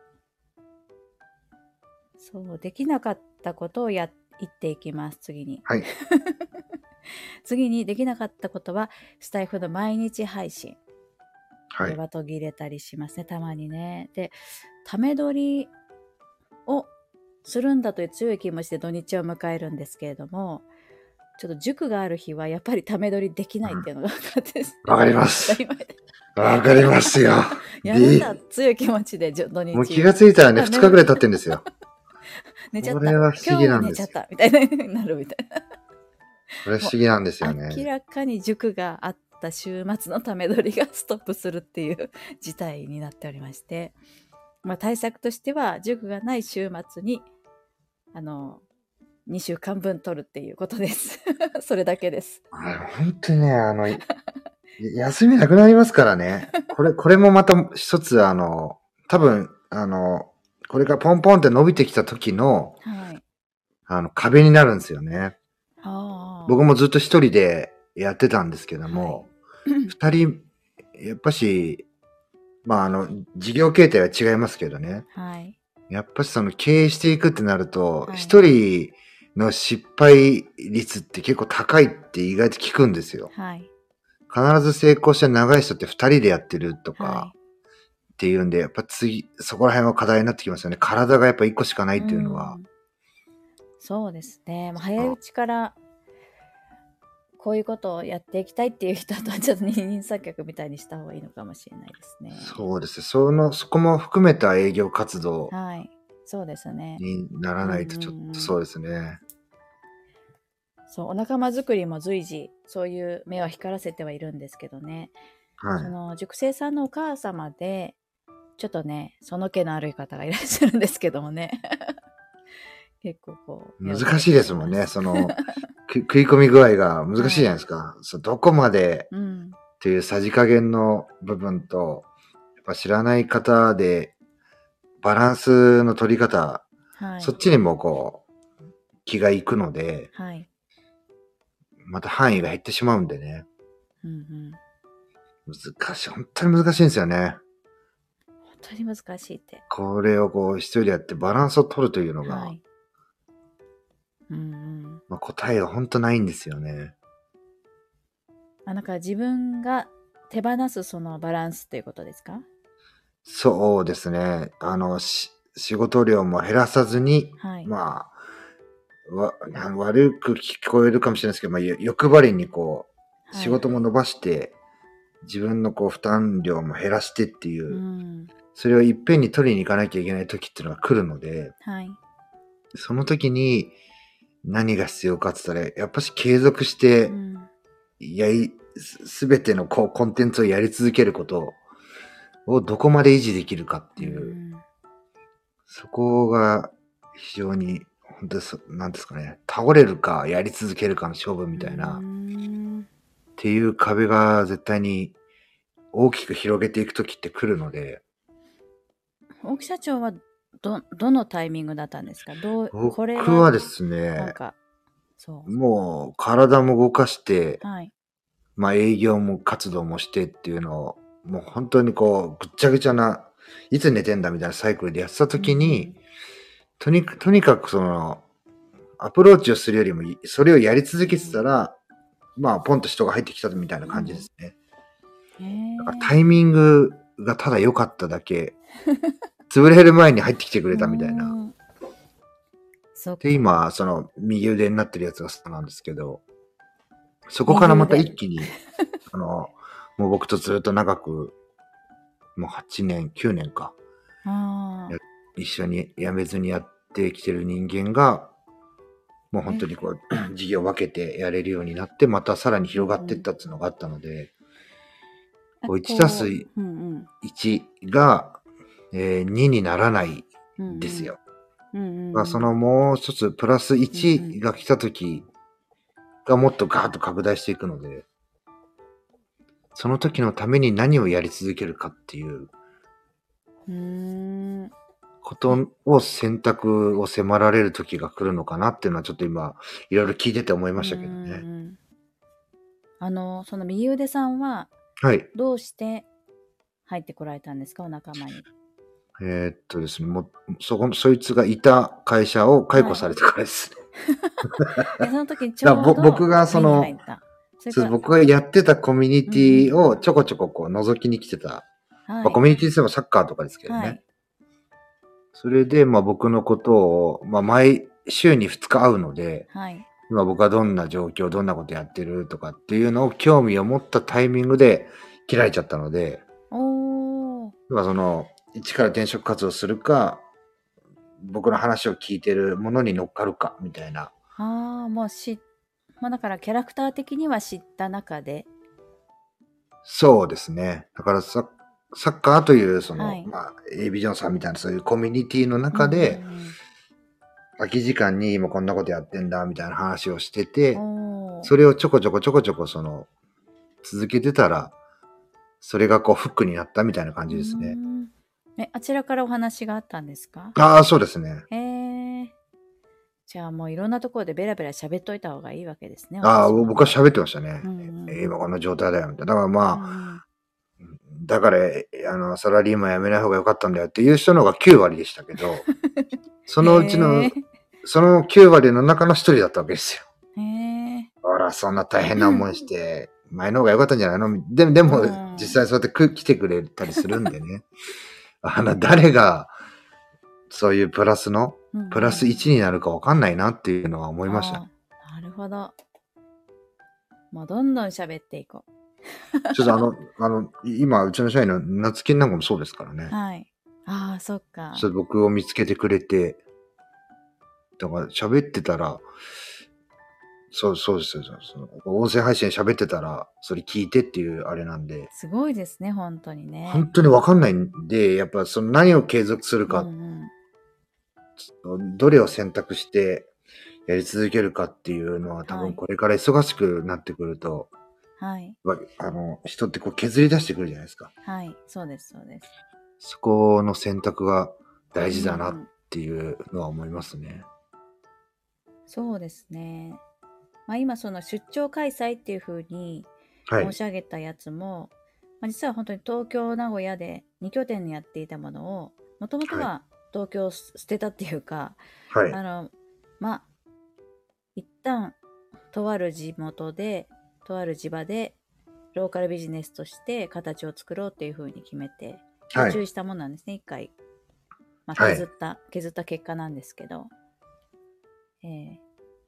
そう、できなかったことをや言っていきます、次に。 はい。 次にできなかったことは、スタイフの毎日配信。こはい。 れは途切れたりしますね、たまにね。で、ため撮りをするんだという強い気持ちで土日を迎えるんですけれども、ちょっと塾がある日はやっぱりため撮りできないっていうのが分かってですね。 わかりま当たす。 り前で。 わかりますよ。 やるんだ、強い気持ちでじょ土日。 もう気がついたらね、 あふつかぐらい経ってんですよ。 寝ちゃった。 これは不思議なん今日も寝ですよ。 ちゃったみたいななるみたいな。 これ不思議なんですよ明ね。 らかに塾があった週末のため撮りがストップするっていう事態になっておりまして、まあ、対策としては塾がない週末にあのにしゅうかんぶん取るっていうことです。それだけです。 あれ本当にね、あの、休みなくなりますからね。これ、これもまた一つ、あの、多分、あの、これがポンポンって伸びてきた時の、 はい、 あの、壁になるんですよね。 あ僕もずっと一人でやってたんですけども、二、 はい、 人、やっぱし、まあ、あの、事業形態は違いますけどね。 はい、 やっぱしその経営していくってなると、 はい一、人の失敗率って結構高いって意外と聞くんですよ。 はい、 必ず成功した長い人って二人でやってるとかはっていうんで、やっぱ次、そこら辺は課題になってきますよね。体がやっぱ一個しかないい、 っていうのはん。そうですね。まあ早いうちからこういうことをやっていきたいっていう人とはちょっと二人三脚みたいにした方がいいのかもしれないですね。 そうですね。その、そこも含めた営業活動はい、そうですね。 にならないとちょっとそうですね。 そう、お仲間作りも随時そういう目は光らせてはいるんですけどね。 はい。 その塾生さんのお母様でちょっとね、その気の悪い方がいらっしゃるんですけどもね。結構こう難しいですもんね。その、く食い込み具合が難しいじゃないですか。はい、そうどこまでっていうさじ加減の部分と、やっぱ知らない方でバランスの取り方、はい、そっちにもこう気がいくので、はい、また範囲が減ってしまうんでね。うんうん、難しい。本当に難しいんですよね。 本当に難しいって。 これをこう一人でやってバランスを取るというのが、はい、うんうんまあ、答えが本当ないんですよね。 あ、なんか自分が手放すそのバランスっていうことですか？ そうですね。あの、し仕事量も減らさずに、はい、まあ、わ悪く聞こえるかもしれないですけど、まあ、欲張りにこう、仕事も伸ばして、はい、自分のこう負担量も減らしてっていう、うん、それをいっぺんに取りに行かなきゃいけない時っていうのが来るので、はい、その時に何が必要かって言ったら、やっぱし継続して、やり、すべてのこうコンテンツをやり続けることをどこまで維持できるかっていう、うん、そこが非常に、本当になんですかね、倒れるかやり続けるかの勝負みたいな、っていう壁が絶対に大きく広げていくときって来るので。 大木社長はど、どのタイミングだったんですか？どうこれは僕はですね、なんかそうもう体も動かして、はい、まあ営業も活動もしてっていうのを、もう本当にこう、ぐっちゃぐちゃな、いつ寝てんだみたいなサイクルでやってたときに、うん、とにかく、とにかくその、アプローチをするよりも、それをやり続けてたら、うん、まあ、ポンと人が入ってきたみたいな感じですね。うん、だからタイミングがただ良かっただけ、潰れる前に入ってきてくれたみたいな。で、今、その、右腕になってるやつがそうなんですけど、そこからまた一気に、あの、もう僕とずっと長く、もうはちねん、きゅうねんか。一緒に辞めずにやってきてる人間が、もう本当にこう、事業を分けてやれるようになって、またさらに広がっていったっていうのがあったので、こういちたすいちが、えー、ににならないですよ。そのもう一つプラスいちが来た時がもっとガーッと拡大していくので、その時のために何をやり続けるかっていうことを選択を迫られる時が来るのかなっていうのはちょっと今いろいろ聞いてて思いましたけどね。 うん。あの、その右腕さんははい。 どうして入ってこられたんですか、お仲間に。 えーっとですね、もう、そこの、そいつがいた会社を解雇されてからですね。 で、その時にちだからぼょうど僕がそ目に入の、 った。それそうから、 僕がやってたコミュニティうんをちょこちょここう覗きに来てた。 うん。はまあ、コい。 ミュニティでもサッカーとかですけどね。 はい。 それで、まあ僕のことを、まあ毎週にふつか会うので、 はい。 今僕はどんな状況、どんなことやってるとかっていうのを興味を持ったタイミングで切られちゃったので、 おー。 まあその、一から転職活動するか、僕の話を聞いてるものに乗っかるか、みたいな。 ああ、もうし、まあだからキャラクター的には知った中で、 そうですね。だからササッカーという、その、 はい。 まあ、A ビジョンさんみたいなそういうコミュニティのうん中で、 うん空き時間に今こんなことやってんだ、みたいな話をしてて、 うん。おー。 それをちょこちょこちょこちょこその、続けてたら、それがこうフックになったみたいな感うーじですね。 ん。え、あちらからお話があったんですか？ ああ、そうですね。 へえ。じゃあもういろんなところでベラベラ喋っといた方がいいわけですね、 ああ、 私は。 僕は喋ってましたね。 うんうんえうん。 今この状態だよ、みたいな。だからうんまあ、 うん。 だから、えあの、サラリーマン辞めない方が良かったんだよっていう人の方がきゅう割でしたけど、そのうちの、 へえ。 そのきゅう割の中のひとりだったわけですよ。 へえ。 ほら、そんな大変な思いして、前の方が良かったんじゃないのででうも、 ん。 実際そうやってく来てくれたりするんでね。あの、誰が、そういうプラスの、 うんプラスうん。 いちになるか分かんないなっていうのは思いましたね。 ああ、なるほど。もうどんどん喋っていこちょっとあの、あの、い今、うちの社員の夏金なんかもそうですからう。 ね。 はい。ああ、そっか。 ちょっと僕を見つけてくれて、だから喋ってたら、そうそうですよ。その音声配信喋ってたら、それ聞いてっていうあれなんで、 すごいですね、本当にね。 本当にわかんないんで、やっぱその何を継続するうんうか、 ん。 どれを選択してやり続けるかっていうのは多はい。 分これから忙しくなってくると、 はい。 わあの、人ってこう削り出してくるじゃないですか。 はい。そうです、そうです。 そこの選択が大事だなっうん。 ていうのは思いますね。 そうですね。まあ今その出張開催っていうふうに申はい。 し上げたやつも、まあ、実は本当に東京、名古屋でに拠点にやっていたものを、もともとはい。 は東京を捨てたっていうか、 はい。 あの、まあ、一旦、とある地元で、とある地場で、ローカルビジネスとして形を作ろうっていうふうに決めて、 はい。 受注したものなんですね、一回。まあ、 はい。 削った、削った結果なんですけど。えー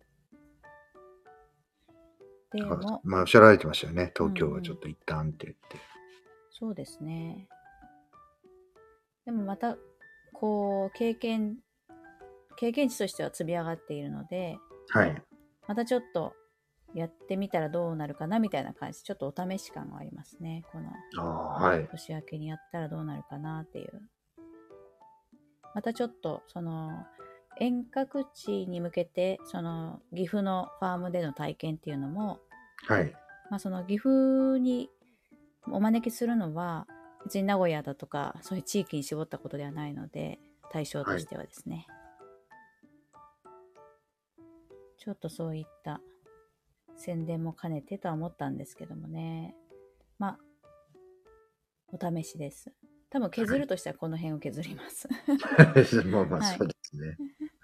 であも、 まあ、おっしゃられてましたよね。 うん東京はちょっうん、 と一旦って言って。 そうですね。でもまた、こう、経験、経験値としては積み上がっているので、 はい。 またちょっとやってみたらどうなるかなみたいな感じ、ちょっとお試し感がありますね。このああ、はい。 年明けにやったらどうなるかなっていう。またちょっと、その、遠隔地に向けて、その、岐阜のファームでの体験っていうのも、 はい。 まあ、その岐阜にお招きするのは、別に名古屋だとか、そういう地域に絞ったことではないので、対象とはい。 してはですね。ちょっとそういった宣伝も兼ねてとは思ったんですけどもね。まあ、お試しです。多分削はい。 るとしたらこの辺を削ります。 まあまあ、 はい。 そうですね。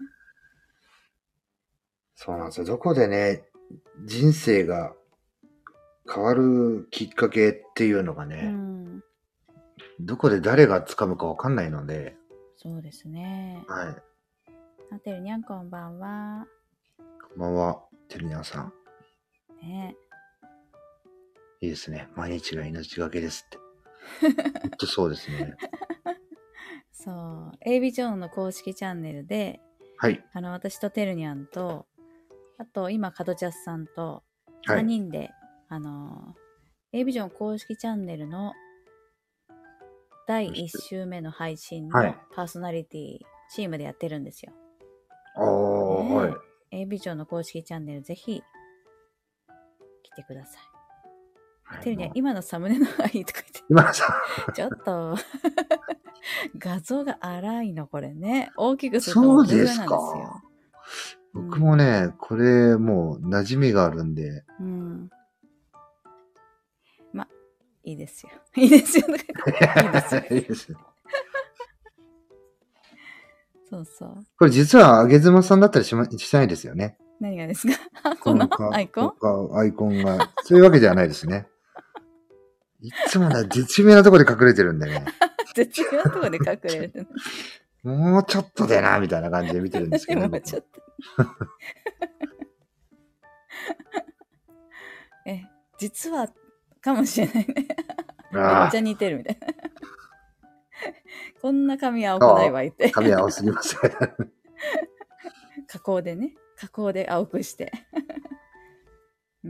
そうなんですよ。どこでね、人生が変わるきっかけっていうのがうね、 ん。 どこで誰が掴むかわかんないので、 そうですね。 はい。 あてるにゃんこんばんは。 こんばんは、てるにゃんさん。 ね。 いいですね。毎日が命がけですって。ほんとそうですね。 そう。A ビジョンの公式チャンネルで、 はい。 あの、私とてるにゃんと、あと今、カドチャスさんと3 はい。 人で、あの、A ビジョン公式チャンネルのだいいっ週目の配信はい。 のパーソナリティチームでやってるんですよ。 ああ、はい。 ねえ。A ビジョンの公式チャンネルぜひ来てください。 テルには今のサムネの方がいいとか言って。 今さ、 ちょっと、画像が荒いの、これね。大きくするとこれぐらいなんですよ。 僕もね、うん、これもう馴染みがあるんで。 うん。ま、いいですよ。いいですよ。いいですよ。いいですよ。そうそう。 これ実はあげずまさんだったりしま、しないですよね。 何がですか？このアイコンアイコンが。そういうわけではないですね。いつもね、絶妙なところで隠れてるんでね。 絶妙なところで隠れる。 もうちょっとでな、みたいな感じで見てるんですけど、ね。もうちょっと。 え、実は、かもしれないね。めっちゃ似てるみたいな。こんな髪青くないわ、言って。 髪青すぎます。 加工でね。加工で青くして。うん。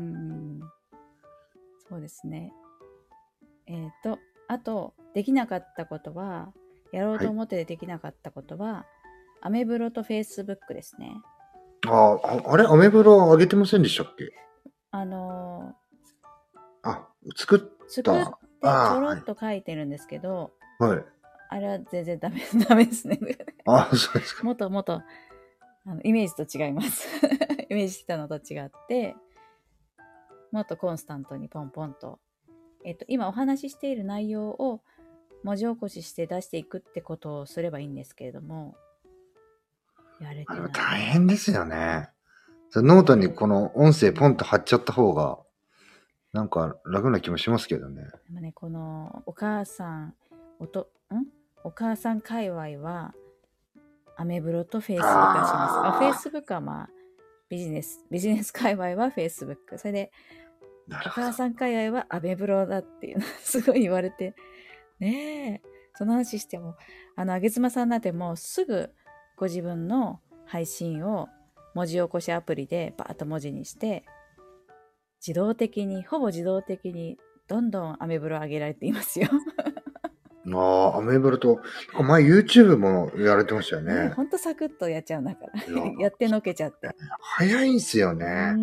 そうですね。えっと、あと、できなかったことは、やろうと思ってできなかったことは、はい、アメブロとフェイスブックですね。 ああ、あれアメブロ上げてませんでしたっけ？ あのー、あ、作った。 作ってちょろっと書いてるんですけど、 はい。 あれは全然ダメ、ダメですね。 あ、そうですか。 もっともっと、あのイメージと違います。イメージしてたのと違って、もっとコンスタントにポンポンと、えっと、今お話ししている内容を文字起こしして出していくってことをすればいいんですけれども、やれてない。 大変ですよね。ノートにこの音声ポンと貼っちゃった方が、なんか楽な気もしますけどね。 でもね、このお母さん、おと、んお母さん界隈は、アメブロとフェイスブックらしいんです。あ、フェイスブックはまあ、ビジネス、ビジネス界隈はフェイスブック。それで、お母さん界隈はアメブロだっていうのすごい言われて、ねえ、その話しても、あの、あげつまさんなんてもうすぐご自分の配信を文字起こしアプリでバーッと文字にして、自動的に、ほぼ自動的にどんどんアメブロ上げられていますよ。 ああ、アメブロと、前 YouTube もやられてましたよね。 ほんとサクッとやっちゃうんだから。やってのけちゃって。 早いんすよね。 うん。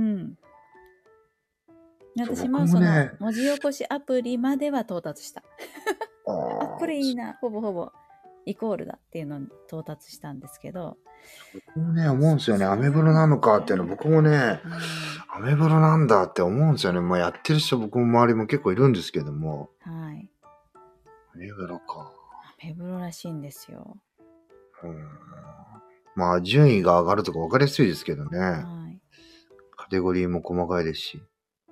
私もその文字起こしアプリまでは到達した。あ、これいいな、ほぼほぼイコールだっていうのに到達したんですけど。 僕もね、思うんですよね。アメブロなのかっていうの、僕もね、うん、アメブロなんだって思うんですよね。まあやってる人、僕も周りも結構いるんですけども。 はい。 アメブロか。 アメブロらしいんですよ。 うん。まあ順位が上がるとか分かりやすいですけどね。はい。カテゴリーも細かいですし。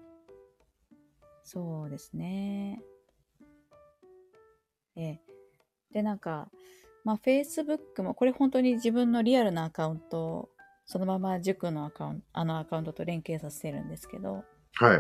そうですね。えで、なんか、まあ、Facebook も、これ本当に自分のリアルなアカウントを、そのまま塾のアカウント、あのアカウントと連携させてるんですけど、 はい。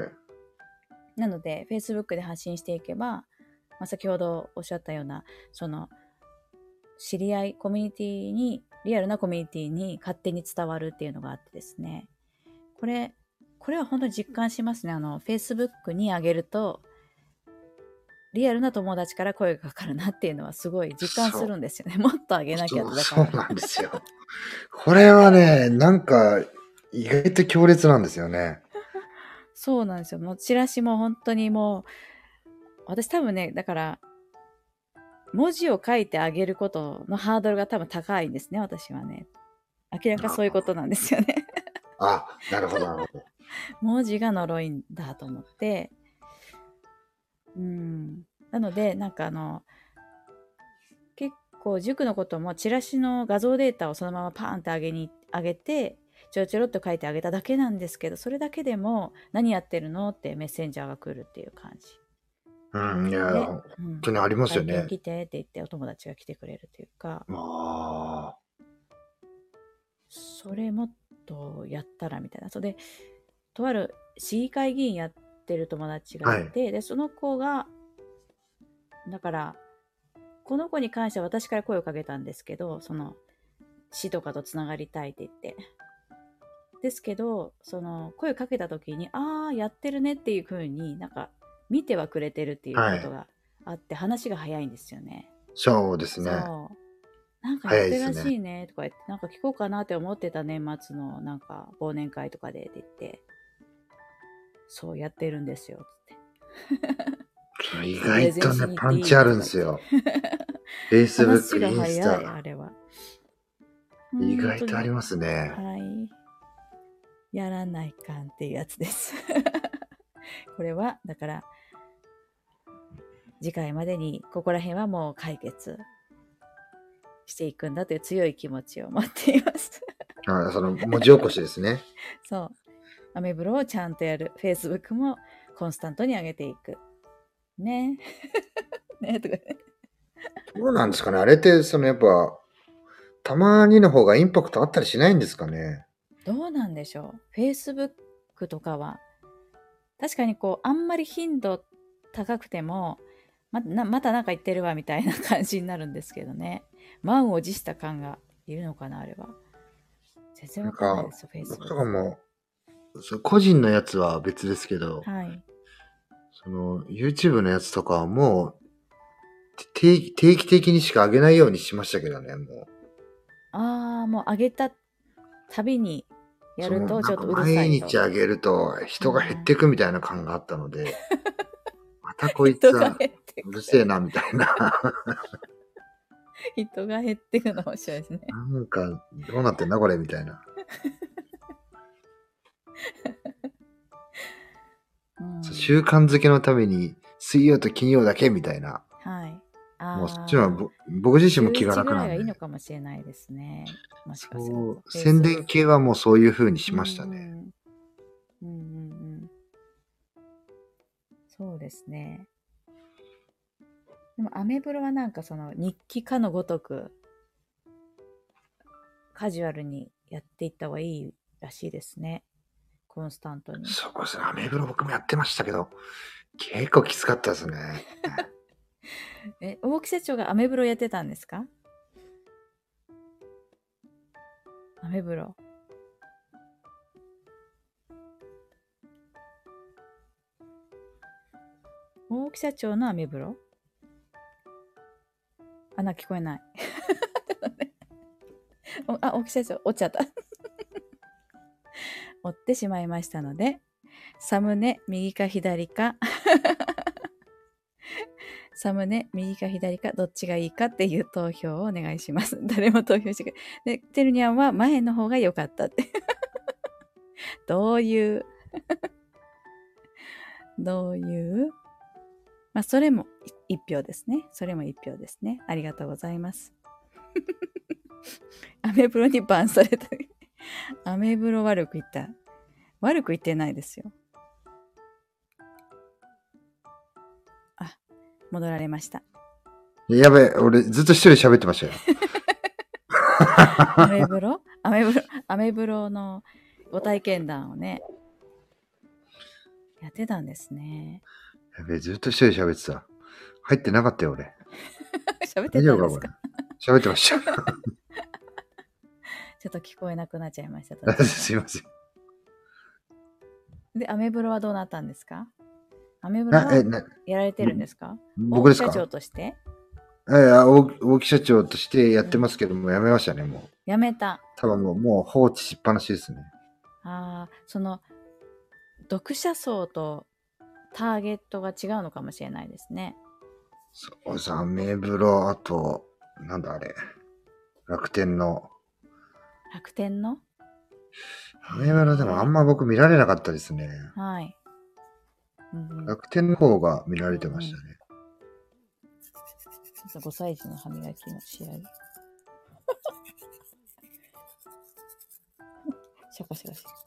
なので、Facebook で発信していけば、まあ、先ほどおっしゃったような、その、知り合い、コミュニティに、リアルなコミュニティに勝手に伝わるっていうのがあってですね、これ、これは本当に実感しますね。あの、Facebook に上げると、リアルな友達から声がかかるなっていうのはすごい実感するんですよね。もっと上げなきゃだから。 そうなんですよ。これはね、なんか意外と強烈なんですよね。 そうなんですよ。もうチラシも本当にもう、私多分ね、だから、文字を書いてあげることのハードルが多分高いんですね、私はね。明らかそういうことなんですよね。 あ、なるほど、なるほど。 文字が呪いんだと思って、うん。なので、なんかあの、結構塾のこともチラシの画像データをそのままパーンって上げに、上げて、ちょろちょろっと書いてあげただけなんですけど、それだけでも何やってるのってメッセンジャーが来るっていう感じ。 うん、いや、本当にありますよね。 体験来てって言ってお友達が来てくれるというか。ああ。それもっとやったらみたいな。それで、とある市議会議員やってる友達がいて、はい、で、その子が、だから、この子に関しては私から声をかけたんですけど、その、市とかとつながりたいって言って。ですけど、その、声をかけた時に、ああ、やってるねっていう風になんか、見てはくれてるっていうことがあって、はい、話が早いんですよね。 そうですね。 そう。なんかやってるらしいねとか言って、ね、なんか聞こうかなって思ってた年末のなんか忘年会とかでって言って、そうやってるんですよって。 意外とね、パンチあるんですよ。Facebook、インスタ。 あれは。 意外とありますね。 はい。やらないかんっていうやつです。これは、だから、次回までにここら辺はもう解決していくんだという強い気持ちを持っています。 あ、その文字起こしですね。 そう。アメブロをちゃんとやる。Facebook もコンスタントに上げていく。ね。ねとかね。 どうなんですかね。あれって、そのやっぱ、たまにの方がインパクトあったりしないんですかね。 どうなんでしょう。Facebook とかは、確かにこう、あんまり頻度高くても、まなまたなんか言ってるわみたいな感じになるんですけどね。満を持した感がいるのかな、あれは。全然わかんないですよ、Facebook。 僕とかも、個人のやつは別ですけど、 はい、 その YouTube のやつとかはもう定、定期的にしか上げないようにしましたけどね、もう。 ああ、もう上げたたびにやるとちょっとうるさいと。 毎日上げると人が減っていくみたいな感があったので、またこいつはうるせえなみたいな。 人が減っていくの面白いですね。 なんかどうなってんだこれみたいな。うん、習慣づけのために水曜と金曜だけみたいな。 はい。 もうそっちは僕自身も気が楽なんで。 週いちぐらいがいいのかもしれないですね。もしかすると。 宣伝系はもうそういう風にしましたね。 うんうんうん。そうですね。でもアメブロはなんかその日記かのごとくカジュアルにやっていった方がいいらしいですね。コンスタントに。 そうですね。アメブロ僕もやってましたけど、結構きつかったですね。 え、大木社長がアメブロやってたんですか？アメブロ。大木社長のアメブロ？あ、な、聞こえない。あ、大木社長、折っちゃった。折ってしまいましたので、サムネ、右か左か、サムネ、右か左か、どっちがいいかっていう投票をお願いします。誰も投票してくれ。で、てるにゃんは前の方が良かったって。どういう、どういう、まあ、それも一票ですね。それも一票ですね。ありがとうございます。アメブロにバンされた。アメブロ悪く言った。悪く言ってないですよ。あ、戻られました。 やべえ、俺ずっと一人喋ってましたよ。 アメブロアメブロ、アメブロのご体験談をね、やってたんですね。 やべえ、ずっと一人喋ってた。入ってなかったよ、俺。 喋ってたんですか？ 喋ってました。 ちょっと聞こえなくなっちゃいました。 すいません。 で、アメブロはどうなったんですか？アメブロはやられてるんですか？ 僕ですか？ 大木社長として？ えー、大木社長としてやってますけども、うん、やめましたね、もう。 やめた。 多分もう、もう放置しっぱなしですね。 ああ、その、読者層とターゲットが違うのかもしれないですね。 そうです。アメブロ、あと、なんだあれ。楽天の。 楽天の？ アメブロでもあんま僕見られなかったですね。 はい。 うんうん、楽天の方が見られてましたね。 うん、ごさい児の歯磨きの試合。シャカシャカシャカ。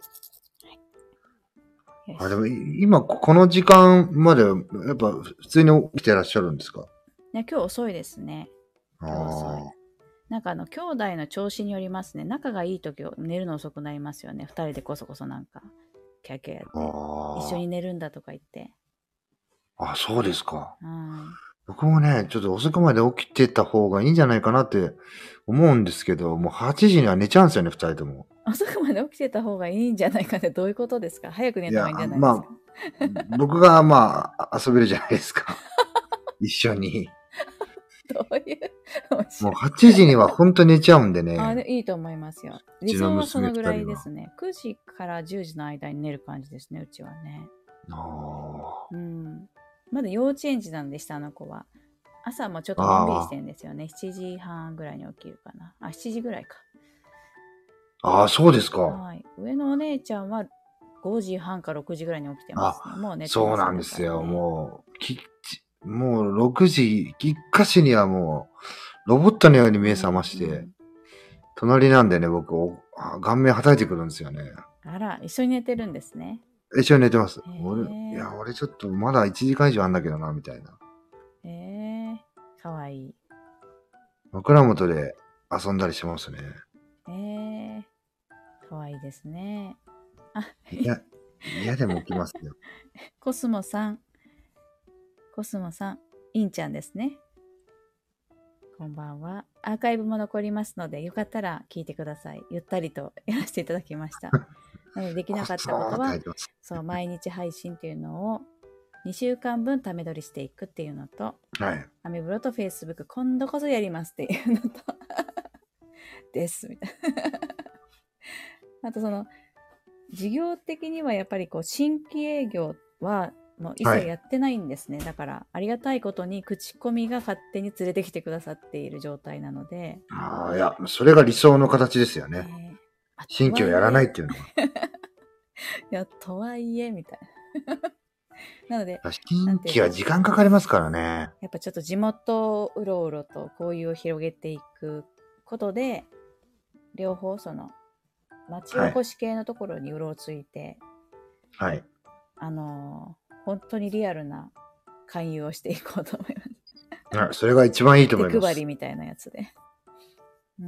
あ、でも今この時間までやっぱ普通に起きてらっしゃるんですか？ いや、今日遅いですね。今日遅い。なんかあの兄弟の調子によりますね。仲がいい時は寝るの遅くなりますよね。二人でこそこそなんかキャキャやって一緒に寝るんだとか言って。 あ、そうですか。 うん、 僕もね、ちょっと遅くまで起きてた方がいいんじゃないかなって思うんですけど、もうはちじには寝ちゃうんですよね、二人とも。 遅くまで起きてた方がいいんじゃないかってどういうことですか？早く寝た方がいいんじゃないですか？ まあ、僕がまあ遊べるじゃないですか。一緒に。 どういうもうはちじには本当に寝ちゃうんでね。 あでいいと思いますよ。理想はそのぐらいですね。くじからじゅうじの間に寝る感じですね、うちはね。 あうん。まだ幼稚園児なんで、下の子は。朝もちょっとのんびりしてるんですよね。しちじはんぐらいに起きるかな。あ、しちじぐらいか。 ああ、そうですか。 はい。上のお姉ちゃんはごじはんかろくじぐらいに起きてますね。もう寝てます、ね、 そうなんですよ。 ね、 もう、きもうろくじ、きっかしにはもう、ロボットのように目覚まして、うんうん、隣なんでね、僕、顔面はたいてくるんですよね。 あら、一緒に寝てるんですね。 一緒に寝てます。俺、いや、俺ちょっとまだいちじかん以上あんだけどな、みたいな。 へえー、かわいい。 枕元で遊んだりしますね。 へえー、かわいいですね。 あ、いや、嫌でも起きますよ。 コスモさん、コスモさん、インちゃんですね。こんばんは。アーカイブも残りますので、よかったら聞いてください。ゆったりとやらせていただきました。なので、できなかったことは、そう、毎日配信っていうのをにしゅうかんぶんため撮りしていくっていうのと、 はい。 アメブロとフェイスブック今度こそやりますっていうのと、です、みたいな。あとその、事業的にはやっぱりこう、新規営業は、もう一切やってないんですね、はい、だからありがたいことに口コミが勝手に連れてきてくださっている状態なので、 ああ、いやそれが理想の形ですよね、えー、新規をやらないっていうのは。 いやとはいえみたいななので新規は時間かかりますからね。 やっぱちょっと地元をうろうろと交友を広げていくことで、両方その町おこし系のところにうろついて、 はい、 あの本当にリアルな勧誘をしていこうと思います。それが一番いいと思います。 手配りみたいなやつで。うん。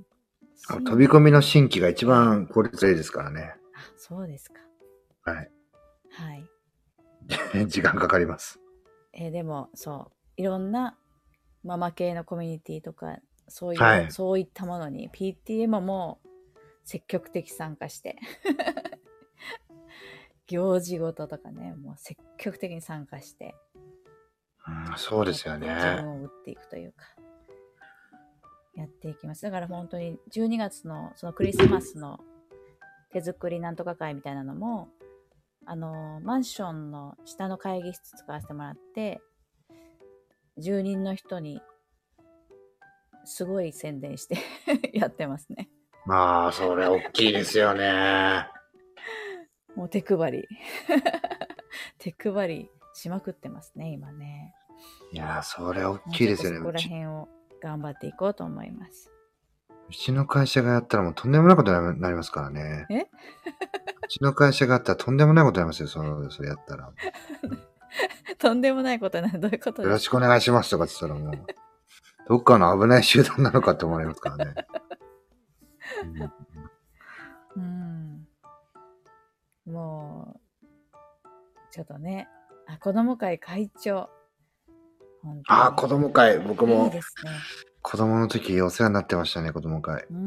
飛び込みの新規が一番効率いいですからね。 あ、そうですか。 はい。 はい。 時間かかります。 えー、でもそういろんなママ系のコミュニティとかそういう、はい、そういったものに ピーティーエム も積極的参加して行事ごととかね、もう積極的に参加して、 うん、そうですよね。 自分を打っていくというかやっていきます。だから本当にじゅうにがつのそのクリスマスの手作りなんとか会みたいなのも、あのマンションの下の会議室使わせてもらって、住人の人にすごい宣伝してやってますね。 まあそれ大きいですよね。 もう手配り手配りしまくってますね今ね。 いやそれ大きいですよね。 そこら辺を頑張っていこうと思います。 うちの会社がやったらもうとんでもないことになりますからね。 えうちの会社があったらとんでもないことになりますよ。そのそれやったらとんでもないことなどういうことですか。 よろしくお願いしますとかって言ったらもうどっかの危ない集団なのかって思われますからね。 うん、うん、もうちょっとね、あ、子供会会長。 あ、子供会、僕もいいですね。子供の時お世話になってましたね、子供会。 うん、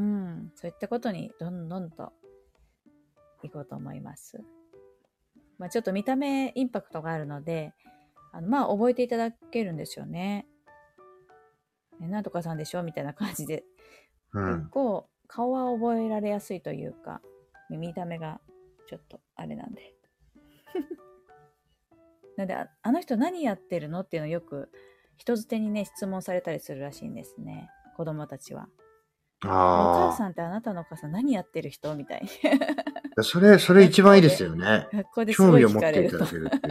そういったことにどんどんといこうと思います。まあちょっと見た目インパクトがあるので、あのまあ覚えていただけるんですよね。え、なんとかさんでしょみたいな感じで、うん、結構顔は覚えられやすいというか、見た目がちょっとあれなんで。なんで あ, あの人何やってるのっていうのをよく人づてにね質問されたりするらしいんですね、子供たちは。あ、お母さんってあなたのお母さん何やってる人みたいにそれそれ一番いいですよね。 学校ですごい聞かれると。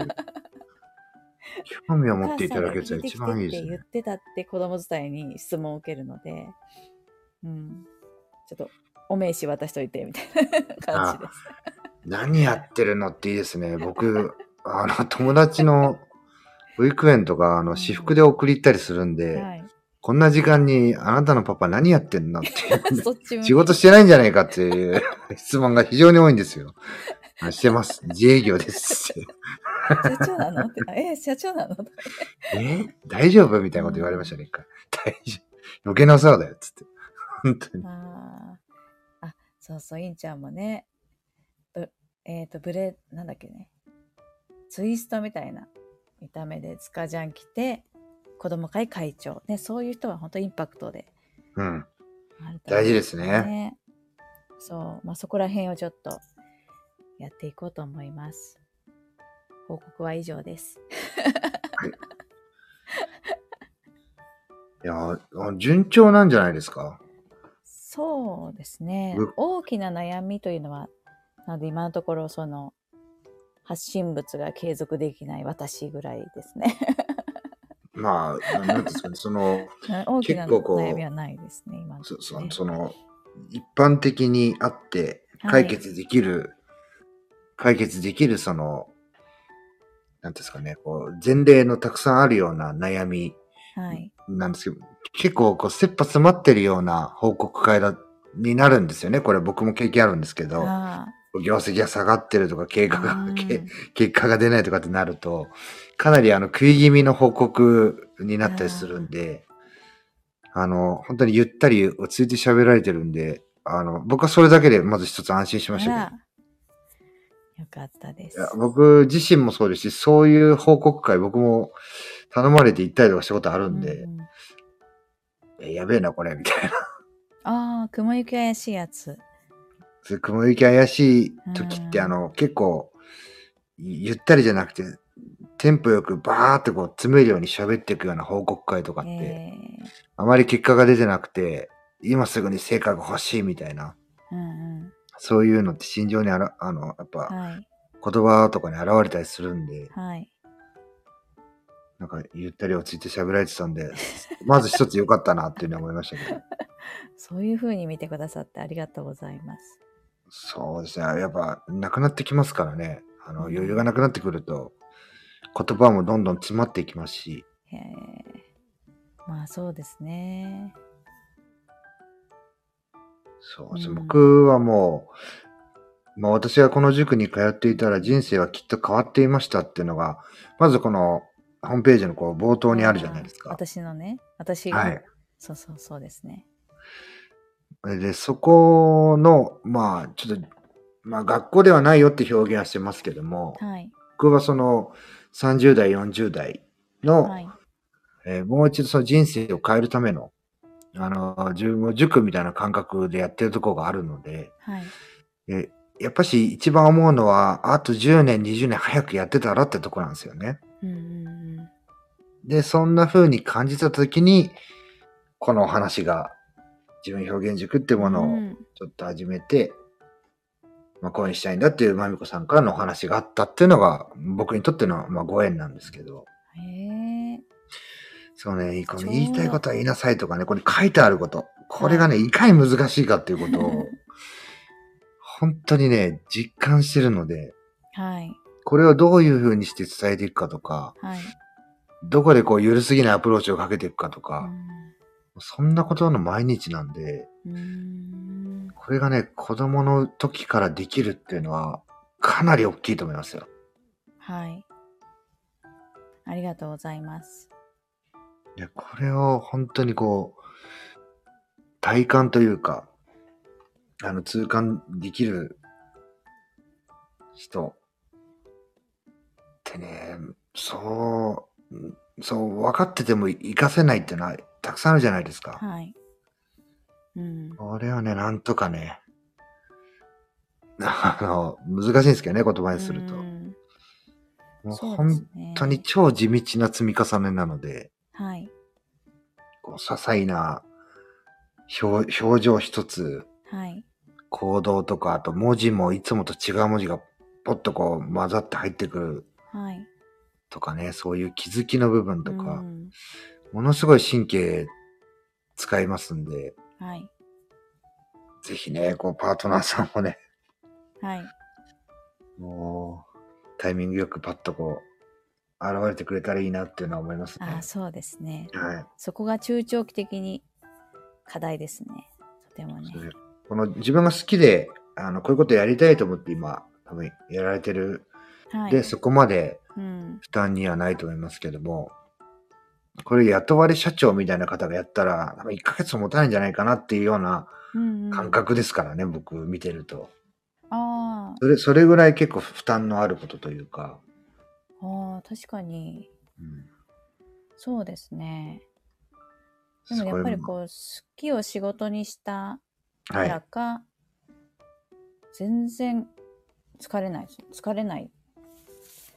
興味を持っていただけると一番いいですね。 お母さんが聞いてきてって言ってたって子供伝いに質問を受けるので、うん、ちょっとお名刺渡しといてみたいな感じです。 何やってるのっていいですね。僕あの友達の保育園とかあの私服で送り行ったりするんで、うん、はい、こんな時間にあなたのパパ何やってんのって仕事してないんじゃないかっていう質問が非常に多いんですよ。してます。自営業ですって。 社長なのって、え、社長なのえ大丈夫みたいなこと言われましたね、一回。大丈夫。余計なお世話だよ、つって。本当に。 ああ、そうそう、インちゃんもね、えっと、ブレ、なんだっけね、ツイストみたいな見た目でスカジャン着て、子供会会長。ね、そういう人は本当インパクトで。 うん。大事ですね。 そう、まあそこら辺をちょっとやっていこうと思います。 報告は以上です。 はい。いや、順調なんじゃないですか？ そうですね。大きな悩みというのは、なので今のところその発信物が継続できない私ぐらいですね。 まあ、ななんですかね、その、 大きな結構こう、 悩みはないですね、今のところね。 そその、一般的にあって解決できる、はい、解決できるその、なんですかね、こう、前例のたくさんあるような悩みなんですけど、はい、結構こう、切羽詰まってるような報告会だになるんですよね。これ僕も経験あるんですけど、業績が下がってるとか、経過が、結果が出ないとかってなると、かなりあの、食い気味の報告になったりするんで、あの、本当にゆったり落ち着いて喋られてるんで、あの、僕はそれだけでまず一つ安心しましたけど。 よかったです。 いや、僕自身もそうですし、そういう報告会僕も頼まれて行ったりとかしたことあるんで、うんうん、えやべえなこれみたいな。 ああ、雲行き怪しいやつ。 雲行き怪しい時って、うん、あの結構ゆったりじゃなくてテンポよくバーってこう詰めるように喋っていくような報告会とかって、えー、あまり結果が出てなくて今すぐに成果が欲しいみたいな、うんうん、そういうのって心情にあらあのやっぱ、はい、言葉とかに現れたりするんで、はい、なんかゆったり落ち着いて喋られてたんでまず一つ良かったなっていうのは思いましたけどそういう風に見てくださってありがとうございます。 そうですね。やっぱなくなってきますからね。あの、うん、余裕がなくなってくると言葉もどんどん詰まっていきますし。へえ。 まあそうですね。 そうですね。うん、僕はもう、まあ私がこの塾に通っていたら人生はきっと変わっていましたっていうのが、まずこのホームページのこう冒頭にあるじゃないですか。 私のね、私が、はい、そうそうそうですね。 で、そこの、まあちょっと、まあ学校ではないよって表現はしてますけども、はい、僕はそのさんじゅう代、よんじゅう代の、はい、えー、もう一度その人生を変えるための、あの、自分も塾みたいな感覚でやってるところがあるので、はい、えやっぱし一番思うのは、あとじゅうねん、にじゅうねん早くやってたらってとこなんですよね。うんうんうん、で、そんな風に感じたときに、このお話が、自分表現塾っていうものをちょっと始めて、うん、まあ、こうにしたいんだっていうまみこさんからのお話があったっていうのが、僕にとってのまあご縁なんですけど。へー。そうね、この言いたいことは言いなさいとかね、これ書いてあること。これがね、はい、いかに難しいかっていうことを、本当にね、実感してるので、はい、これをどういう風にして伝えていくかとか、はい、どこでこう、ゆるすぎないアプローチをかけていくかとか、うん、そんなことの毎日なんで、うーん、これがね、子供の時からできるっていうのは、かなり大きいと思いますよ。はい。 ありがとうございます。 いや、これを本当にこう、体感というか、あの、痛感できる人ってね、そう、そう、分かってても活かせないっていうのはたくさんあるじゃないですか。はい。うん。これはね、なんとかね、あの、難しいんですけどね、言葉にすると。もう本当に超地道な積み重ねなので、はい。こう些細な表表情一つ、はい。行動とか、あと文字もいつもと違う文字がポッとこう混ざって入ってくる。はい。とかね、そういう気づきの部分とか、うん、ものすごい神経使いますんで、はい。ぜひね、こう、パートナーさんもね、はい。もう、タイミングよくパッとこう、現れてくれたらいいなっていうのは思いますね。 ああ、そうですね。はい。そこが中長期的に課題ですね。とてもね。 この自分が好きで、あの、こういうことやりたいと思って今、多分やられてる。はい、で、そこまで負担にはないと思いますけども、うん、これ雇われ社長みたいな方がやったら、いっかげつも持たないんじゃないかなっていうような感覚ですからね、うんうん、僕見てると。ああ。それ、それぐらい結構負担のあることというか。 ああ、確かに。うん、そうですね。でもやっぱりこう、好きを仕事にしたからか、はい、全然疲れない。疲れない。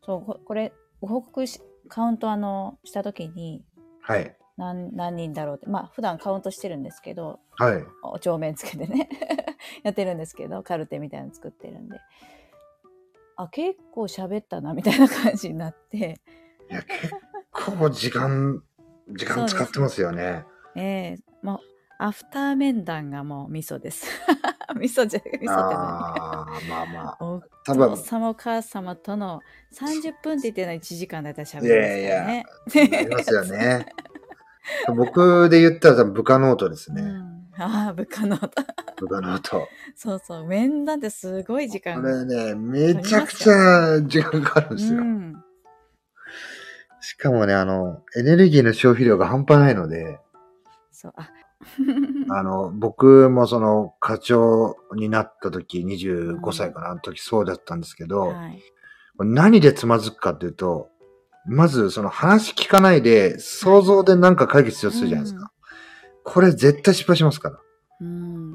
そうここれご報告しカウントあのした時にはい。 何何人だろうって、まあ普段カウントしてるんですけど、 はい。 お帳面つけてねやってるんですけど、カルテみたいなの作ってるんで、あ結構喋ったなみたいな感じになって、 いや、結構時間、時間使ってますよね。 ええもうアフター面談がもう味噌です。味噌じゃ味噌って何？ ああ、まあまあ。 お多父分、 様お母様とのさんじゅっぷんって言ってるのはいちじかんだったら喋いりますやいや、 からね。 なりますよね。僕で言ったら多分部下ノートですうね。 ん、ああ、部下の。 部下ノート。 そうそう、面談ってすごい時こ間。 れね、めちゃくちゃ時間かかるんですよ。 うん、 しかもね、あの、エネルギーの消費量が半端ないので、 そう、あ、 あの、僕もその課長になった時、にじゅうごさいかな、あの時そうだったんですけど、 はい、 何でつまずくかっていうと、まずその話聞かないで、想像でなんか解決しようとするじゃないですか。これ絶対失敗しますから。 うん、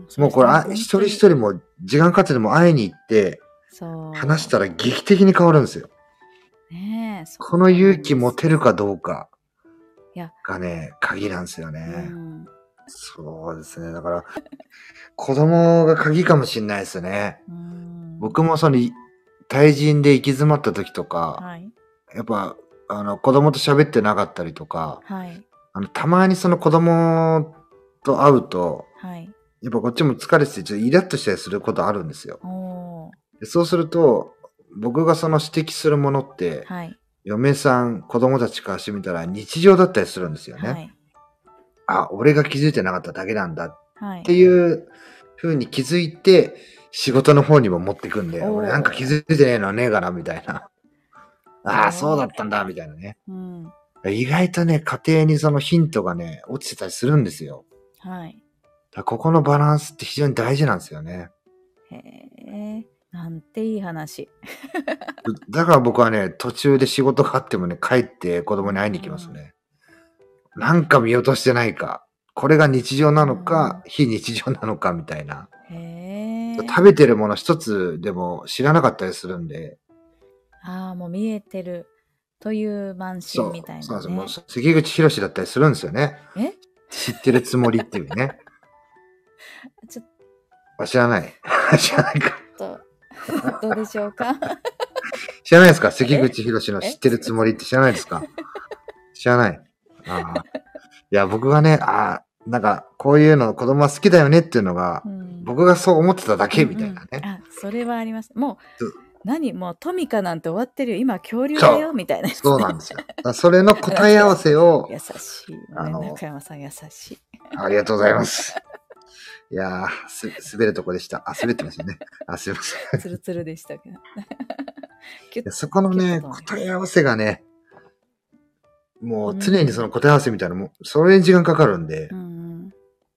もうこれ、あ本当に一人一人も時間かけても会いに行って、 そう話したら劇的に変わるんですよ。 ねえ、そうこの勇気持てるかどうかいやがね、鍵なんですようね。 ん、 そうですね。だから、子供が鍵かもしれないですね。 うん、 僕もその、対人で行き詰まった時とか、 はい、 やっぱ、あの、子供と喋ってなかったりとか、 はい、 あの、たまにその子供と会うと、 はい、 やっぱこっちも疲れてて、ちょっとイラッとしたりすることあるんですよ。 おー、 でそうすると、僕がその指摘するものって、 はい、 嫁さん、子供たちからしてみたら日常だったりするんですよね。 はい、 あ、俺が気づいてなかっただけなんだっはいていう風に気づいて、仕事の方にも持ってくんで、 おー俺なんか気づいてねえのはねえかな、みたいな。ああ、そうだったんだ、みたいなね。 うん、 意外とね、家庭にそのヒントがね、落ちてたりするんですよ。 はい。 だからここのバランスって非常に大事なんですよね。 へえ、なんていい話。 だから僕はね、途中で仕事があってもね、帰って子供に会いに行きますね。なんか見落としてないか。これが日常なのか、非日常なのかみたいな。 へえ。 食べてるもの一つでも知らなかったりするんで。 ああ、もう見えてるという慢心みたいなそうなんですよ。もうね。 関口博だったりするんですよね。 え知ってるつもりっていうね。 ちょっあ知らない。知らないか。 と、どうでしょうか知らないですか関口博の知ってるつもりって知らないですか知らない。ああ。いや、僕がね、ああ、なんか、こういうの子供は好きだよねっていうのが、 うん、 僕がそう思ってただけみたいなね。 うんうん、あ、それはあります。もうそう、 何もうトミカなんて終わってるよ。今恐竜だよみたいなやつ、ね。 そうなんですよ。だからそれの答え合わせを、 優しい、ね。 あの中山さん優しい。 ありがとうございます。いやー、す、滑るとこでした。あ、滑ってましたね。あ、すいません。 ツルツルでしたけど。キュッいやそこのね、 キュッと答え合わせがね、もううん常にその答え合わせみたいなのも、それに時間かかるんで、 うん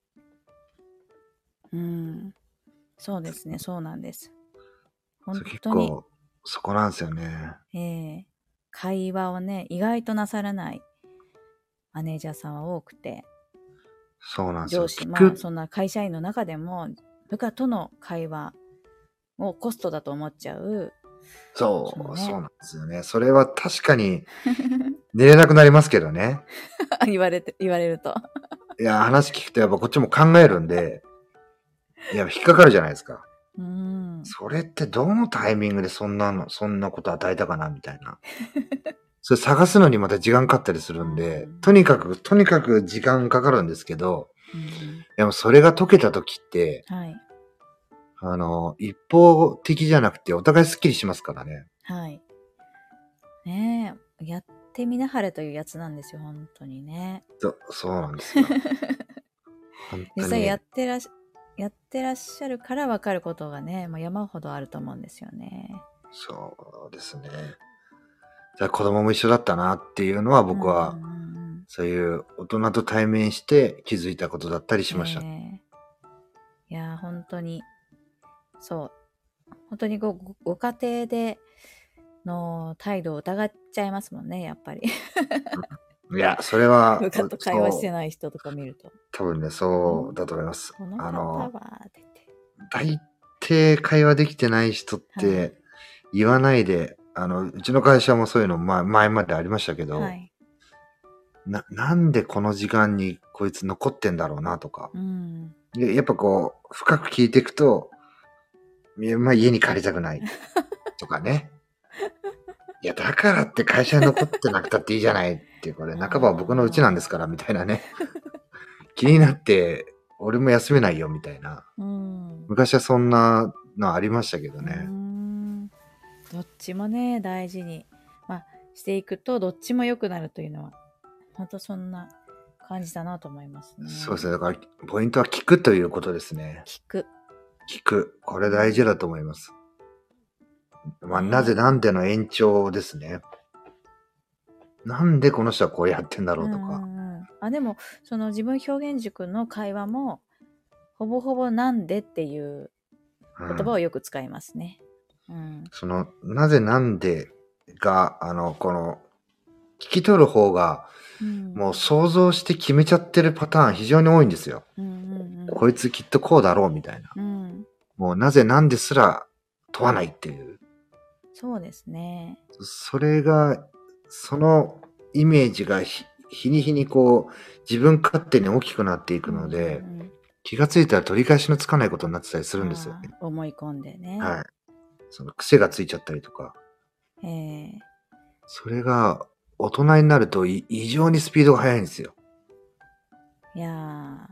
うん、うん、そうですね、そうなんです。本それ結当に、 構、そこなんですよね。 えー会話をね、意外となさらないマネージャーさんは多くて、 そうなんですよ。 上司、 聞く、 まあそんな会社員の中でも部下との会話をコストだと思っちゃう。 そう、 そうねそうなんですよね。それは確かに寝れなくなりますけどね。 言われて、言われると。 いや、話聞くとやっぱこっちも考えるんで、いや、引っかかるじゃないですか。 うん。 それってどのタイミングでそんなの、そんなこと与えたかなみたいな。それ探すのにまた時間かかったりするんで、 うんとにかく、とにかく時間かかるんですけど、 うんでもそれが解けた時って、 はい。 あの、一方的じゃなくてお互いスッキリしますからね。 はい。ねえ、やってみなはれというやつなんですよ、本当にね。 そそうなんですよ。本当に。 実際やってらっしやってらっしゃるから分かることがね、もう山ほどあると思うんですよね。 そうですね。じゃあ子供も一緒だったなっていうのは僕は、 うんうんうんそういう大人と対面して気づいたことだったりしました。 えーいやー本当にそう本当にごごご家庭での態度を疑っちゃいますもんね、やっぱり。 いや、それは、 部下と会話してそうない人とか見ると。 多分ね、そうだと思います。 このあ方はの、 って言って。 大抵会話できてない人っはて言わないであの、うちの会社もそういうの、ま、前までありましたけど、 はい。 な、なんでこの時間にこいつ残ってんだろうなとか。 うん。 で、やっぱこう、深く聞いていくと、いやまあ、家に帰りたくないとかね。いや、だからって会社に残ってなくたっていいじゃないっていう、これ、半ばは僕の家なんですから、みたいなね。気になって、俺も休めないよ、みたいな。 うん。 昔はそんなのありましたけどうーね。 ん。どっちもね、大事に、まあ、していくと、どっちも良くなるというのは、本当そんな感じだなと思いますね。 そうですね。だから、ポイントは聞くということですね。 聞く。 聞く。これ大事だと思います。まあ、 ねなぜなんでの延長ですね。なんでこの人はこうやってんだろうとか。 うんうんうん、あでもその自分表現塾の会話もほぼほぼなんでっていう言葉をよく使いますね。うん、 その、なぜなんでが、あの、この、聞き取る方が、 うんもう想像して決めちゃってるパターン非常に多いんですよ。 うんうんうん、 こいつきっとこうだろうみたいな。 うん、 もうなぜなんですら問わないっていう。 そうですね。 それが、そのイメージがひ日に日にこう、自分勝手に大きくなっていくので、 うんうんうん、 気がついたら取り返しのつかないことになってたりするんですよね。 思い込んでね。 はい。その癖がついちゃったりとか。 えー、 それが大人になるとい異常にスピードが速いんですよ。 いや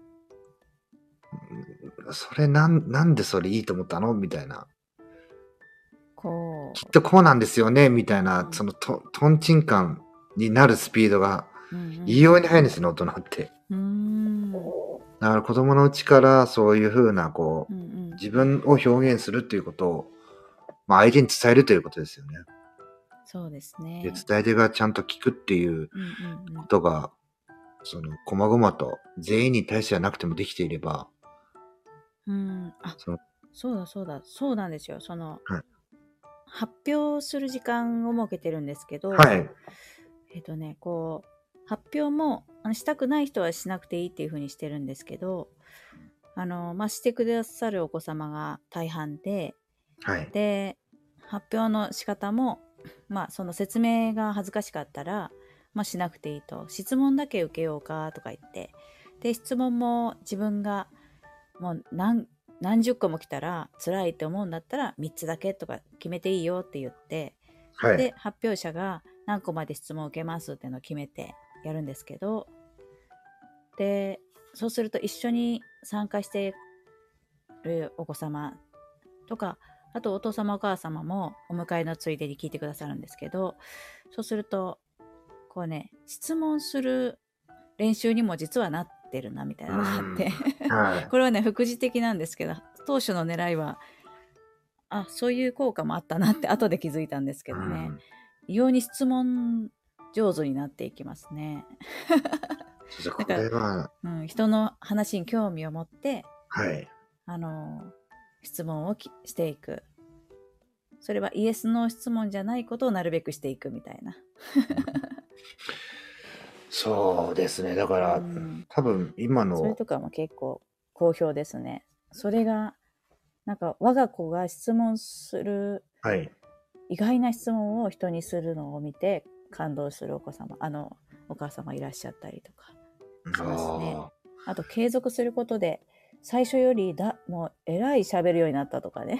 それなん、なんでそれいいと思ったのみたいな。 こうきっとこうなんですよねみたいな、 うんそのと、とんちんカンになるスピードが異様に速いんですよね、大人って。 うんうんだから子供のうちからそういうふうな、こう、 うんうん、 自分を表現するっていうことを、まあ相手に伝えるということですよね。 そうですね。 で、伝え手がちゃんと聞くっていうことが、その、細々と全員に対してはなくてもできていれば、 うん、あ、 そのそうだそうだ、そうなんですよ。その、 はい、 発表する時間を設けてるんですけど、 はい。 えっとね、こう、発表もあのしたくない人はしなくていいっていう風にしてるんですけど、あの、まあ、してくださるお子様が大半で、 はい。 で、発表の仕方も、まあ、その説明が恥ずかしかったら、まあ、しなくていいと。質問だけ受けようかとか言って。で、質問も自分がもう何、何十個も来たら辛いって思うんだったらみっつだけとか決めていいよって言って、 はい。 で、発表者が何個まで質問を受けますっていうのを決めてやるんですけど、で、そうすると一緒に参加してるお子様とか、あとお父様お母様もお迎えのついでに聞いてくださるんですけど、そうすると、こうね、質問する練習にも実はなってるなみたいなのがあって、 はい。 これはね、副次的なんですけど、当初の狙いは、あ、そういう効果もあったなって後で気づいたんですけどね、異様に質問上手になっていきますね。 これは、 うん、人の話に興味を持って、 はい。 あの、質問をしていく。それはイエスノー質問じゃないことをなるべくしていくみたいな。 そうですね。だから、うん、多分今の。 それとかも結構好評ですね。それが、なんか我が子が質問する、 はい、 意外な質問を人にするのを見て感動するお子様、あの、お母様いらっしゃったりとかしますね。あ, あと継続することで、最初よりだもうえらい喋るようになったとかね。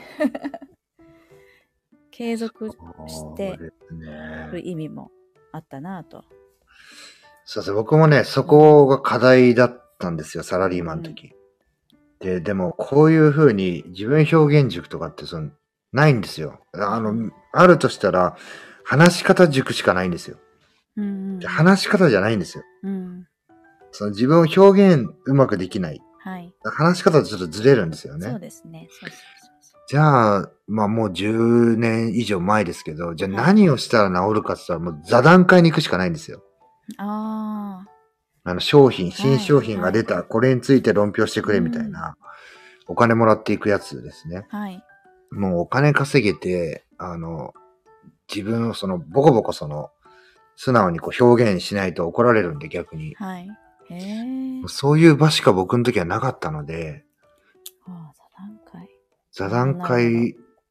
継続してる意味もあったなと。 そうですね。僕もね、そこが課題だったんですよ、サラリーマンの時。うん、で、でも、こういう風に自分表現塾とかってそのないんですよ。あの、うん、あるとしたら、話し方塾しかないんですよ。うんうんうん、話し方じゃないんですよ。うん、その自分を表現うまくできない。はい、話し方とちょっとずれるんですよね。 そうですね。そうそうそう。 じゃあ、まあもうじゅうねん以上前ですけど、じゃあ何をしたら治るかって言ったら、もう座談会に行くしかないんですよ。ああ。あの商品、新商品が出た、はいはい、これについて論評してくれみたいな、うん、お金もらっていくやつですね。はい。もうお金稼げて、あの、自分をその、ボコボコその、素直にこう表現しないと怒られるんで逆に。はい。へえ。そういう場しか僕の時はなかったので、ああ、座談会。座談会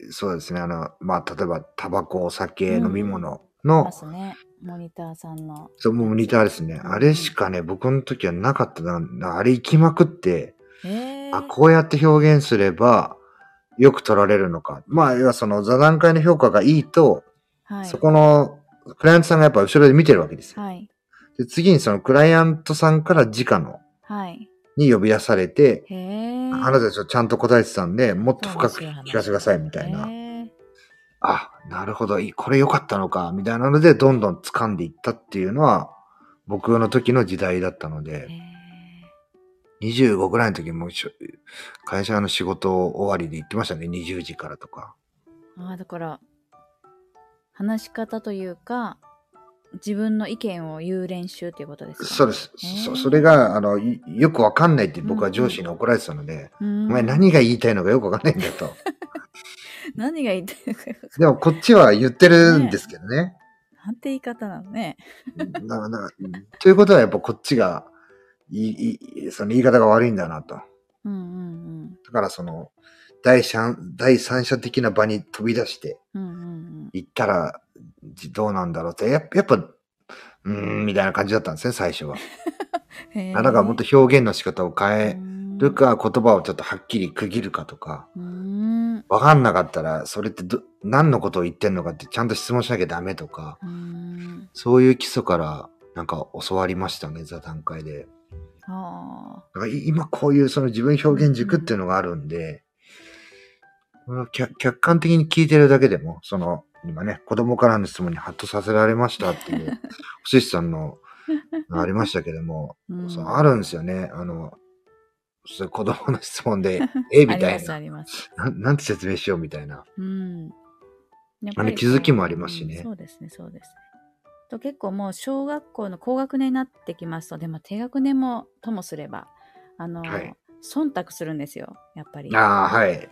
そうですね。あの、まあ、例えば、タバコ、お酒、 うん飲み物いの、 ますね。モニターさんのそう、もうモニやつ。 ターですね。 うんあれしかね、僕の時はなかったな。あれ行きまくって、あ、 えー、 こうやって表現すれば、よく取られるのか。まあ、要はその座談会の評価がいいと、そはい。 この、クライアントさんがやっぱ後ろで見てるわけですよ。 はい。 で、次にそのクライアントさんから直の、 はい。 に呼び出されて、 へえ。 あなたたちょっとちゃんと答えてたんで、もっとそう深く面白い話聞かせてください、みたいな。 へえ。 あ、なるほど、いいこれ良かったのか、みたいなので、どんどん掴んでいったっていうのは、僕の時の時代だったので、 へえ。 にじゅうごぐらいの時もしょ会社の仕事終わりで行ってましたね、にじゅうじからとか。 ああ、だから、話し方というか、自分の意見を言う練習っていうことですか？ そうです。 へーそそれが、あの、いよくわかんないって僕は上司に怒られてたので、 うーんお前何が言いたいのかよくわかんないんだと。 何が言いたいのかよくわかんないでもこっちは言ってるんですけどね。 なんて言い方なのね。 だだということはやっぱこっちが、いいいその言い方が悪いんだなと。 うんうんだからその、第三第三者的な場に飛び出してうん。うんうん行ったら、じどうなんだろうって、やっぱ、やっぱうーん、みたいな感じだったんですね、最初は。 うん。へえ。 あだからもっと表現の仕方を変うえーんるか、言葉をちょっとはっきり区切るかとか、 うーん。 わかんなかったら、それってど何のことを言ってんのかってちゃんと質問しなきゃダメとか、 うーん。 そういう基礎からなんか教わりましたね、座談会で。 はあ。 だからい今こういうその自分表現軸っていうのがあるんで、この客客観的に聞いてるだけでも、その、今ね、子供からの質問にハッとさせられましたっていう、星さんのありましたけども、 うんそうあるんですよね。あの、それ子供の質問で、えみありますたいなあります。 な。なんて説明しようみたいな。 うん。やっあのぱり気づきもありますしうんね。 そうですね、そうですね。と結構もう小学校の高学年になってきますと、でも低学年もともすれば、あの、 はい忖度するんですよ、やっぱり。 ああ、はい。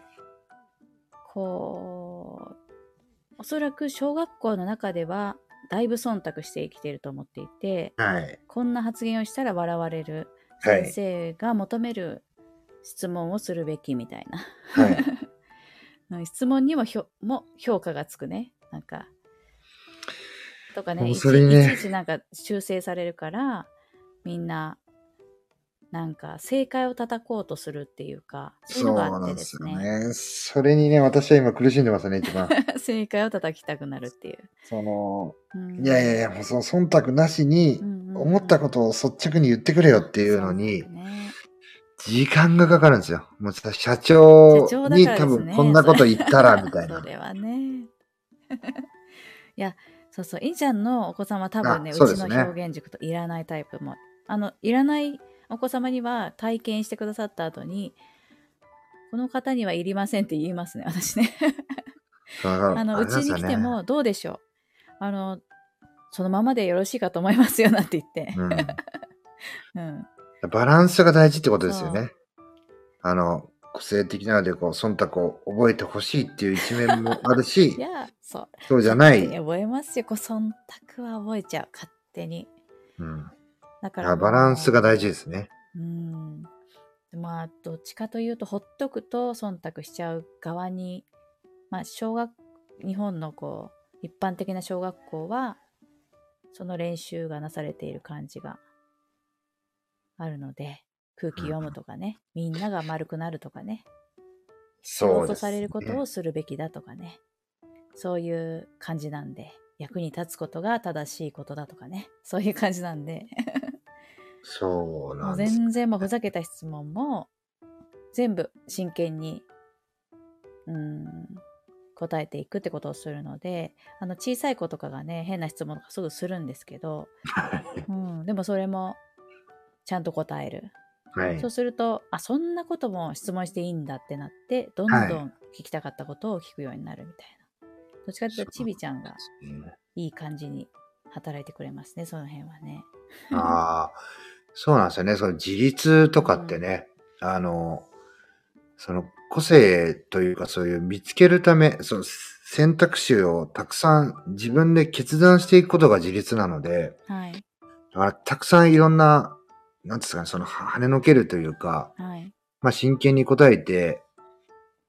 こう、おそらく小学校の中では、だいぶ忖度して生きていると思っていて、 はい。 こんな発言をしたら笑われる。 はい先生が求める質問をするべきみたいな。 はい。 質問にもひょも評価がつくね。なんか。とかね、 もういちそれにねいちいちなんか修正されるから、みんな、なんか正解を叩こうとするっていうか、そういうそうのがあってなんでですすね。 よね。それにね、私は今苦しんでますね、一番。 正解を叩きたくなるっていう。 その、 うんいやいやいや、もうその忖度なしにう、んうんうん思ったことを率直に言ってくれよっていうのにそう、なんだね時間がかかるんですよ。もうさ社長社長だに多からですね。 分こんなこと言ったら、みたいなそ。れはね。いや、そうそう、いいちゃんのお子様多分ね、 あうちのそうですね表現軸といらないタイプも。あの、いらないお子様には体験してくださった後に、この方にはいりませんって言いますね、私ね。 だからあの、うちにあれなんですよね来ても、どうでしょう。あの、そのままでよろしいかと思いますよ、なんて言って。うん。 うん。バランスが大事ってことですよね。あの、個性的なので、こう、忖度を覚えてほしいっていう一面もあるしい、や、そう。 そうじゃない。 勝手に覚えますよ。こう忖度は覚えちゃう。勝手に。 うん。 だからもうバランスが大事ですね。 うん。まあ、どっちかというと、ほっとくと忖度しちゃう側に、まあ、小学、日本のこう、一般的な小学校は、その練習がなされている感じがあるので、空気読むとかね、みんなが丸くなるとかね、必要とされることをするべきだとかね、そういう感じなんで、役に立つことが正しいことだとかね、そういう感じなんで、 そうもうんなです。 全然もうふざけた質問も全部真剣にうん答えていくってことをするので、あの小さい子とかがね変な質問とかすぐするんですけど、うん、でもそれもちゃんと答える。 はいそう。すると、あ、そんなことも質問していいんだってなって、どんどはいん聞きたかったことを聞くようになるみたいな。どっちかというとちびちゃんがいい感じに働いてくれますね、その辺はね。 ああ、そうなんですよね。その自立とかってね、あの、その個性というかそういう見つけるため、その選択肢をたくさん自分で決断していくことが自立なので、 はい。 だからたくさんいろんな、なんですかね、そのは跳ねのけるというか、 はい。 まあ真剣に答えて、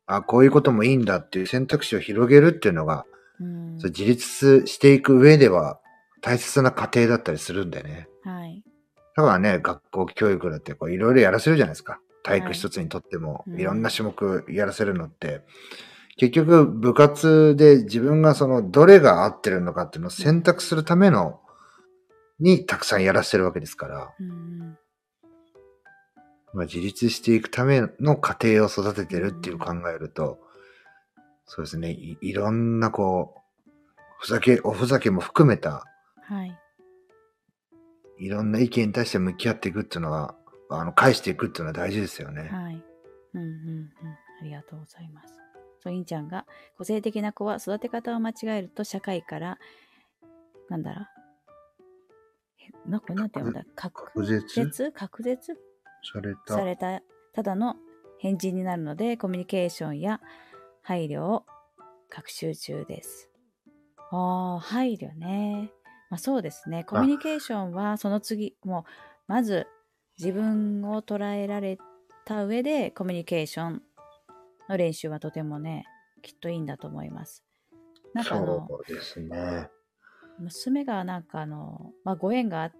あ、こういうこともいいんだっていう選択肢を広げるっていうのが、 うん、 それ自立していく上では大切な過程だったりするんでね。 はい。 だからね、学校教育だってこういろいろやらせるじゃないですか。体育はい一つにとっても、 うんいろんな種目やらせるのって、結局部活で自分がそのどれが合ってるのかっていうのを選択するためのにたくさんやらせてるわけですから、 うんまあ、自立していくための過程を育ててるっていう考えると、そうですね、い、いろんなこう、ふざけ、おふざけも含めた、 はい。 いろんな意見に対して向き合っていくっていうのは、あの、返していくっていうのは大事ですよね。 はい。うんうんうん。ありがとうございます。そう、いんちゃんが、個性的な子は育て方を間違えると社会から、なんだろう、なこれなんて読むんだ、隔隔絶絶隔絶された。 された、ただの変人になるので、コミュニケーションや配慮を学習中です。ああ、配慮ね。まあそうですね。コミュニケーションはその次、もう、まず自分を捉えられた上で、コミュニケーションの練習はとてもね、きっといいんだと思います。なんかあの、 そうですね。 娘がなんかあの、まあご縁があって、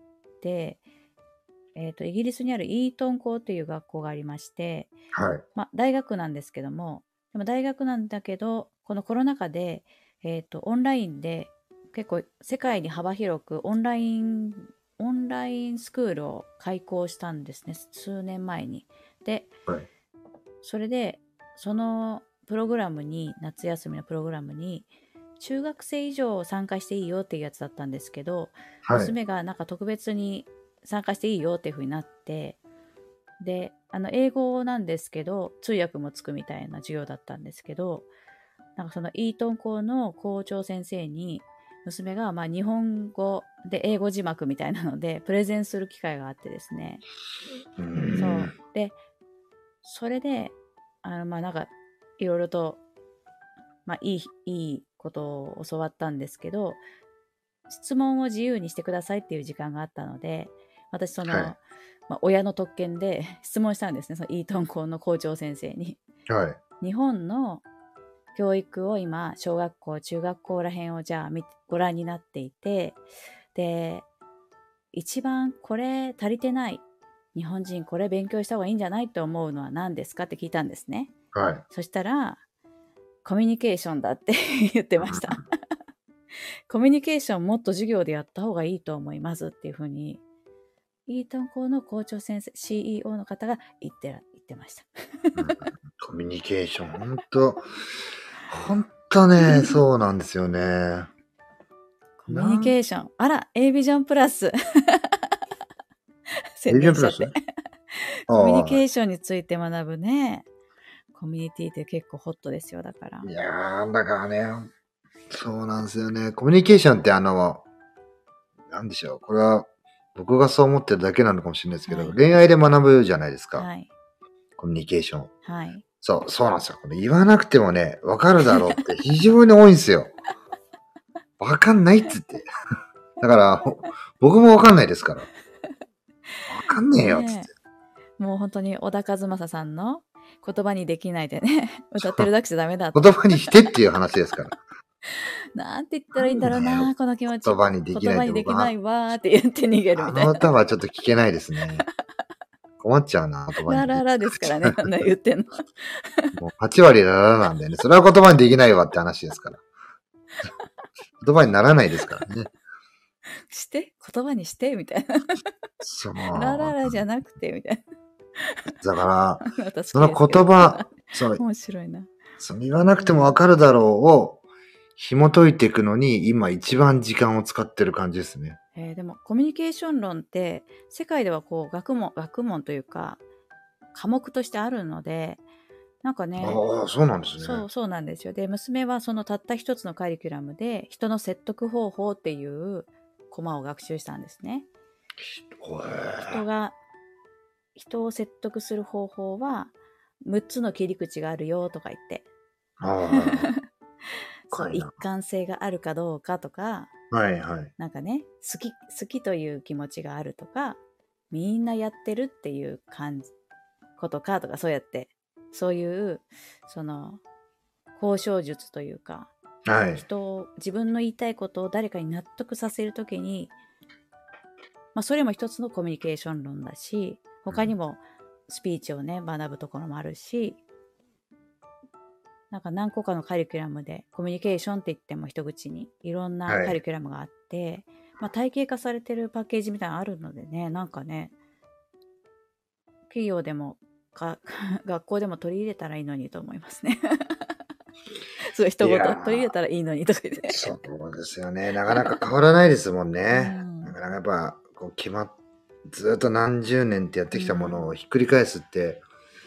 えっと、イギリスにあるイートン校っていう学校がありまして、 はい。 まあ大学なんですけども、でも大学なんだけど、このコロナ禍で、えっと、オンラインで結構世界に幅広くオンライン、オンラインスクールを開校したんですね、数年前に。で、 はい。 それで、そのプログラムに、夏休みのプログラムに、中学生以上参加していいよっていうやつだったんですけど、 はい。 娘がなんか特別に参加していいよっていう風になって、で、あの、英語なんですけど、通訳もつくみたいな授業だったんですけど、なんかそのイートン校の校長先生に、娘がまあ日本語で英語字幕みたいなので、プレゼンする機会があってですね。 うーん。 そう。で、それで、あの、まあなんか、いろいろと、まあいい、いいことを教わったんですけど、質問を自由にしてくださいっていう時間があったので、私その、 はい。 まあ、親の特権で質問したんですね、そのイートン校の校長先生に。 はい。 日本の教育を今、小学校、中学校らへんをじゃあ見ご覧になっていて、で、一番これ足りてない、日本人これ勉強した方がいいんじゃないと思うのは何ですかって聞いたんですね。 はい。 そしたら、コミュニケーションだって言ってました。コミュニケーションもっと授業でやった方がいいと思いますっていうふうに、イートン校の校長先生、シーイーオー の方が言ってら言ってました。 うん、コミュニケーション、ほんと、ほんとね、そうなんですよね。 コミュニケーション。あら、A ビジョンプラス。宣伝しちゃって。コミュニケーションについて学ぶね。コミュニティって結構ホットですよ、だから。 いやー、だからね、そうなんですよね。コミュニケーションってあの、なんでしょう。これは僕がそう思ってるだけなのかもしれないですけど、 はい、 恋愛で学ぶじゃないですか。 はい。 コミュニケーション。 はい。 そう、そうなんですよ。これ言わなくてもね、わかるだろうって非常に多いんですよ。わかんないっつって。だから、僕もわかんないですから。わかんねえよっつって。 もう本当に小田和正さんの言葉にできないでね、歌ってるだけじゃダメだって。 言葉にしてっていう話ですから。 なんて言ったらいいんだろうな、この気持ち。 言葉にできない。 言葉にできないわーって言って逃げるみたいな。 あの歌はちょっと聞けないですね。困っちゃうな、言葉に。 ラララですからね、こんな言ってんの。 もうはち割ララなんだよね。それは言葉にできないわって話ですから。言葉にならないですからね。して言葉にしてみたいな。 そう。 ラララじゃなくてみたいな。だから、そな。 の言葉、そう。 面白いな。 そう言わなくてもわかるだろうを紐解いていくのに今一番時間を使ってる感じですね。 えー、でもコミュニケーション論って世界ではこう学問学問というか科目としてあるので、なんかね、 ああ、そうなんですね。 そうそうなんですよ。で、娘はそのたった一つのカリキュラムで人の説得方法っていうコマを学習したんですね。人が人を説得する方法はむっつの切り口があるよとか言って。そう一貫性があるかどうかとか、 はいはい、 なんかね、好き好きという気持ちがあるとか、みんなやってるっていう感じことかとか、そうやってそういうその交渉術というか、 はい。 人を自分の言いたいことを誰かに納得させるときに、まあ、それも一つのコミュニケーション論だし、他にもスピーチをね学ぶところもあるし、なんか何個かのカリキュラムでコミュニケーションって言っても一口にいろんなはい。 カリキュラムがあって、まあ、体系化されてるパッケージみたいなのあるのでね、なんかね、企業でもか学校でも取り入れたらいいのにと思いますね。そう一言いや取り入れたらいいのにとか言って。 そうですよね。なかなか変わらないですもんうね。 んなかなかやっぱ、こう決まっ、ずっと何十年ってやってきたものうんをひっくり返すって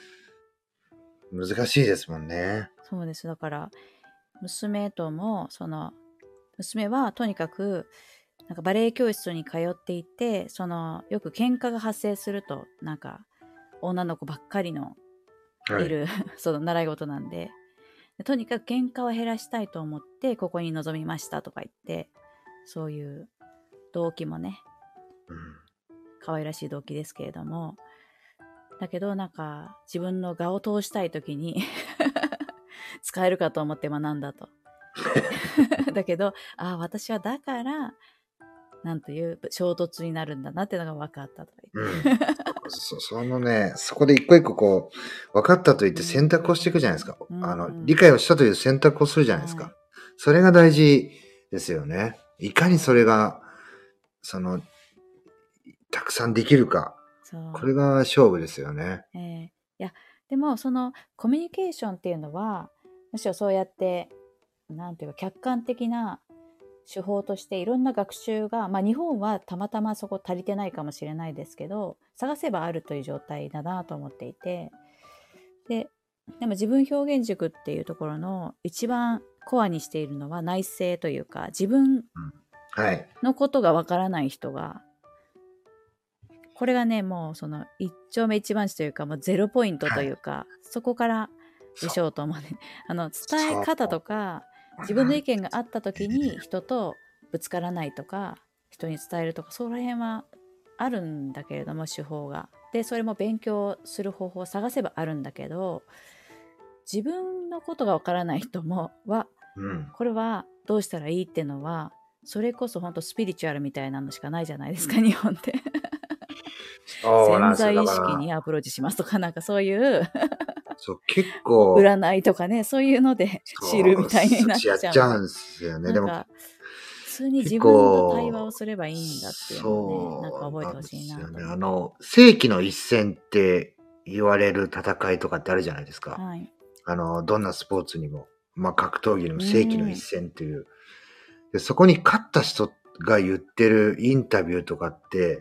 難しいですもんね。 そうです。だから娘ともその娘はとにかくなんかバレエ教室に通っていて、そのよく喧嘩が発生すると、なんか女の子ばっかりのはい。 いるその習い事なんで、でとにかく喧嘩を減らしたいと思ってここに臨みましたとか言って、そういう動機もね、 うん、 可愛らしい動機ですけれども、だけどなんか自分の我を通したい時に使えるかと思って学んだと。だけど、ああ、私はだからなんという衝突になるんだなっていうのが分かったとかう言って。 ん。そそのね、そこで一個一個こう、分かったと言って選択をしていくじゃないですか。 うんあの、 うん理解をしたという選択をするじゃないですか。 はい、 それが大事ですよね。いかにそれが、その、たくさんできるか。 そうこれが勝負ですよね。 えーいやでもそのコミュニケーションっていうのはむしろそうやってなんていうか客観的な手法としていろんな学習が、まあ、日本はたまたまそこ足りてないかもしれないですけど、探せばあるという状態だなと思っていて、ででも自分表現塾っていうところの一番コアにしているのは内省というか、自分うんはい。 のことがわからない人が、これがねもうその一丁目一番地というか、もうゼロポイントというか、そこからでしょうと思うね。あの伝え方とか自分の意見があった時に人とぶつからないとか、人に伝えるとか、その辺はあるんだけれども手法が。でそれも勉強する方法を探せばあるんだけど、自分のことがわからない人もはうん。 これはどうしたらいいっていうのは、それこそ本当スピリチュアルみたいなのしかないじゃないですか、日本ってそうなんですよ。 潜在意だから、 識にアプローチしますとか、なんかそういうそう、結構、 占いとかね、そういうので知るそう、 みたいになっそっちやっちゃうんで、 ちゃうんですよね。でも、 なんか普通に結自分と対話を構、 すればいいんだっていうのをね、なんかそうなんで覚えてほしいすよね。 なと思って。 あの、世紀の一戦って言われる戦いとかってあるじゃないですか。 はい。 あの、どんなスポーツにも、まあ格闘技にもう世紀の一ん。 戦っていう。で、そこに勝った人が言ってるインタビューとかって、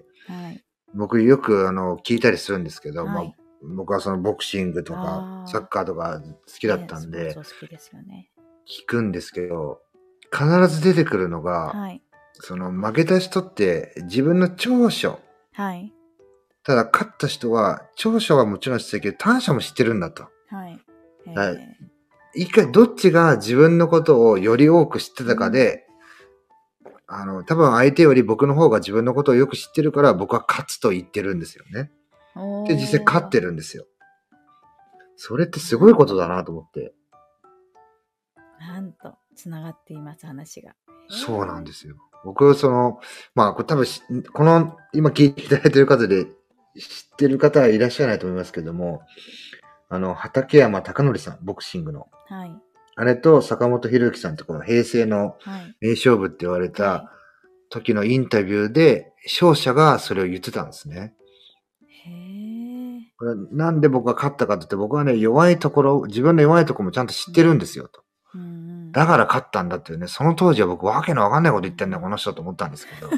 はい。 僕よくあの聞いたりするんですけど、まあはい。 僕はそのボクシングとかサッあカーとか好きあ、 だっね、スポーツたんで、 お好きですよね。 聞くんですけど、必ず出てくるのが、 はい。 その負けた人って自分の長所。 はい。 ただ勝った人は長所はもちろん知ってるけど短所も知ってるんだと。 はい。えだー、 いかどっちが自分のことをより多く知ってたかで、あの、多分相手より僕の方が自分のことをよく知ってるから僕は勝つと言ってるんですよね。で、実際勝ってる。 るんですよ。それってすごいことだなと思って。 なんと、つながっています、話が。 そうなんですよ。僕、その、まあ、これ多分し、この、今聞いていただいている方で知ってる方はいらっしゃらないと思いますけども、あの、畠山貴則さん、ボクシングの。 はい。 あれと坂本博之さんとこの平成のはい。 名勝負って言われはた時のインタビューで、勝者がそれを言ってたんですね。 い。へえ。 これなんで僕が勝ったかって言って、僕はね、弱いところ、自分の弱いところもちゃんと知ってるんですよ、と。 うんうん。 だから勝ったんだっていうね、その当時は僕、わけのわかんないこと言ってんだ、 うんこの人と思ったんですけど。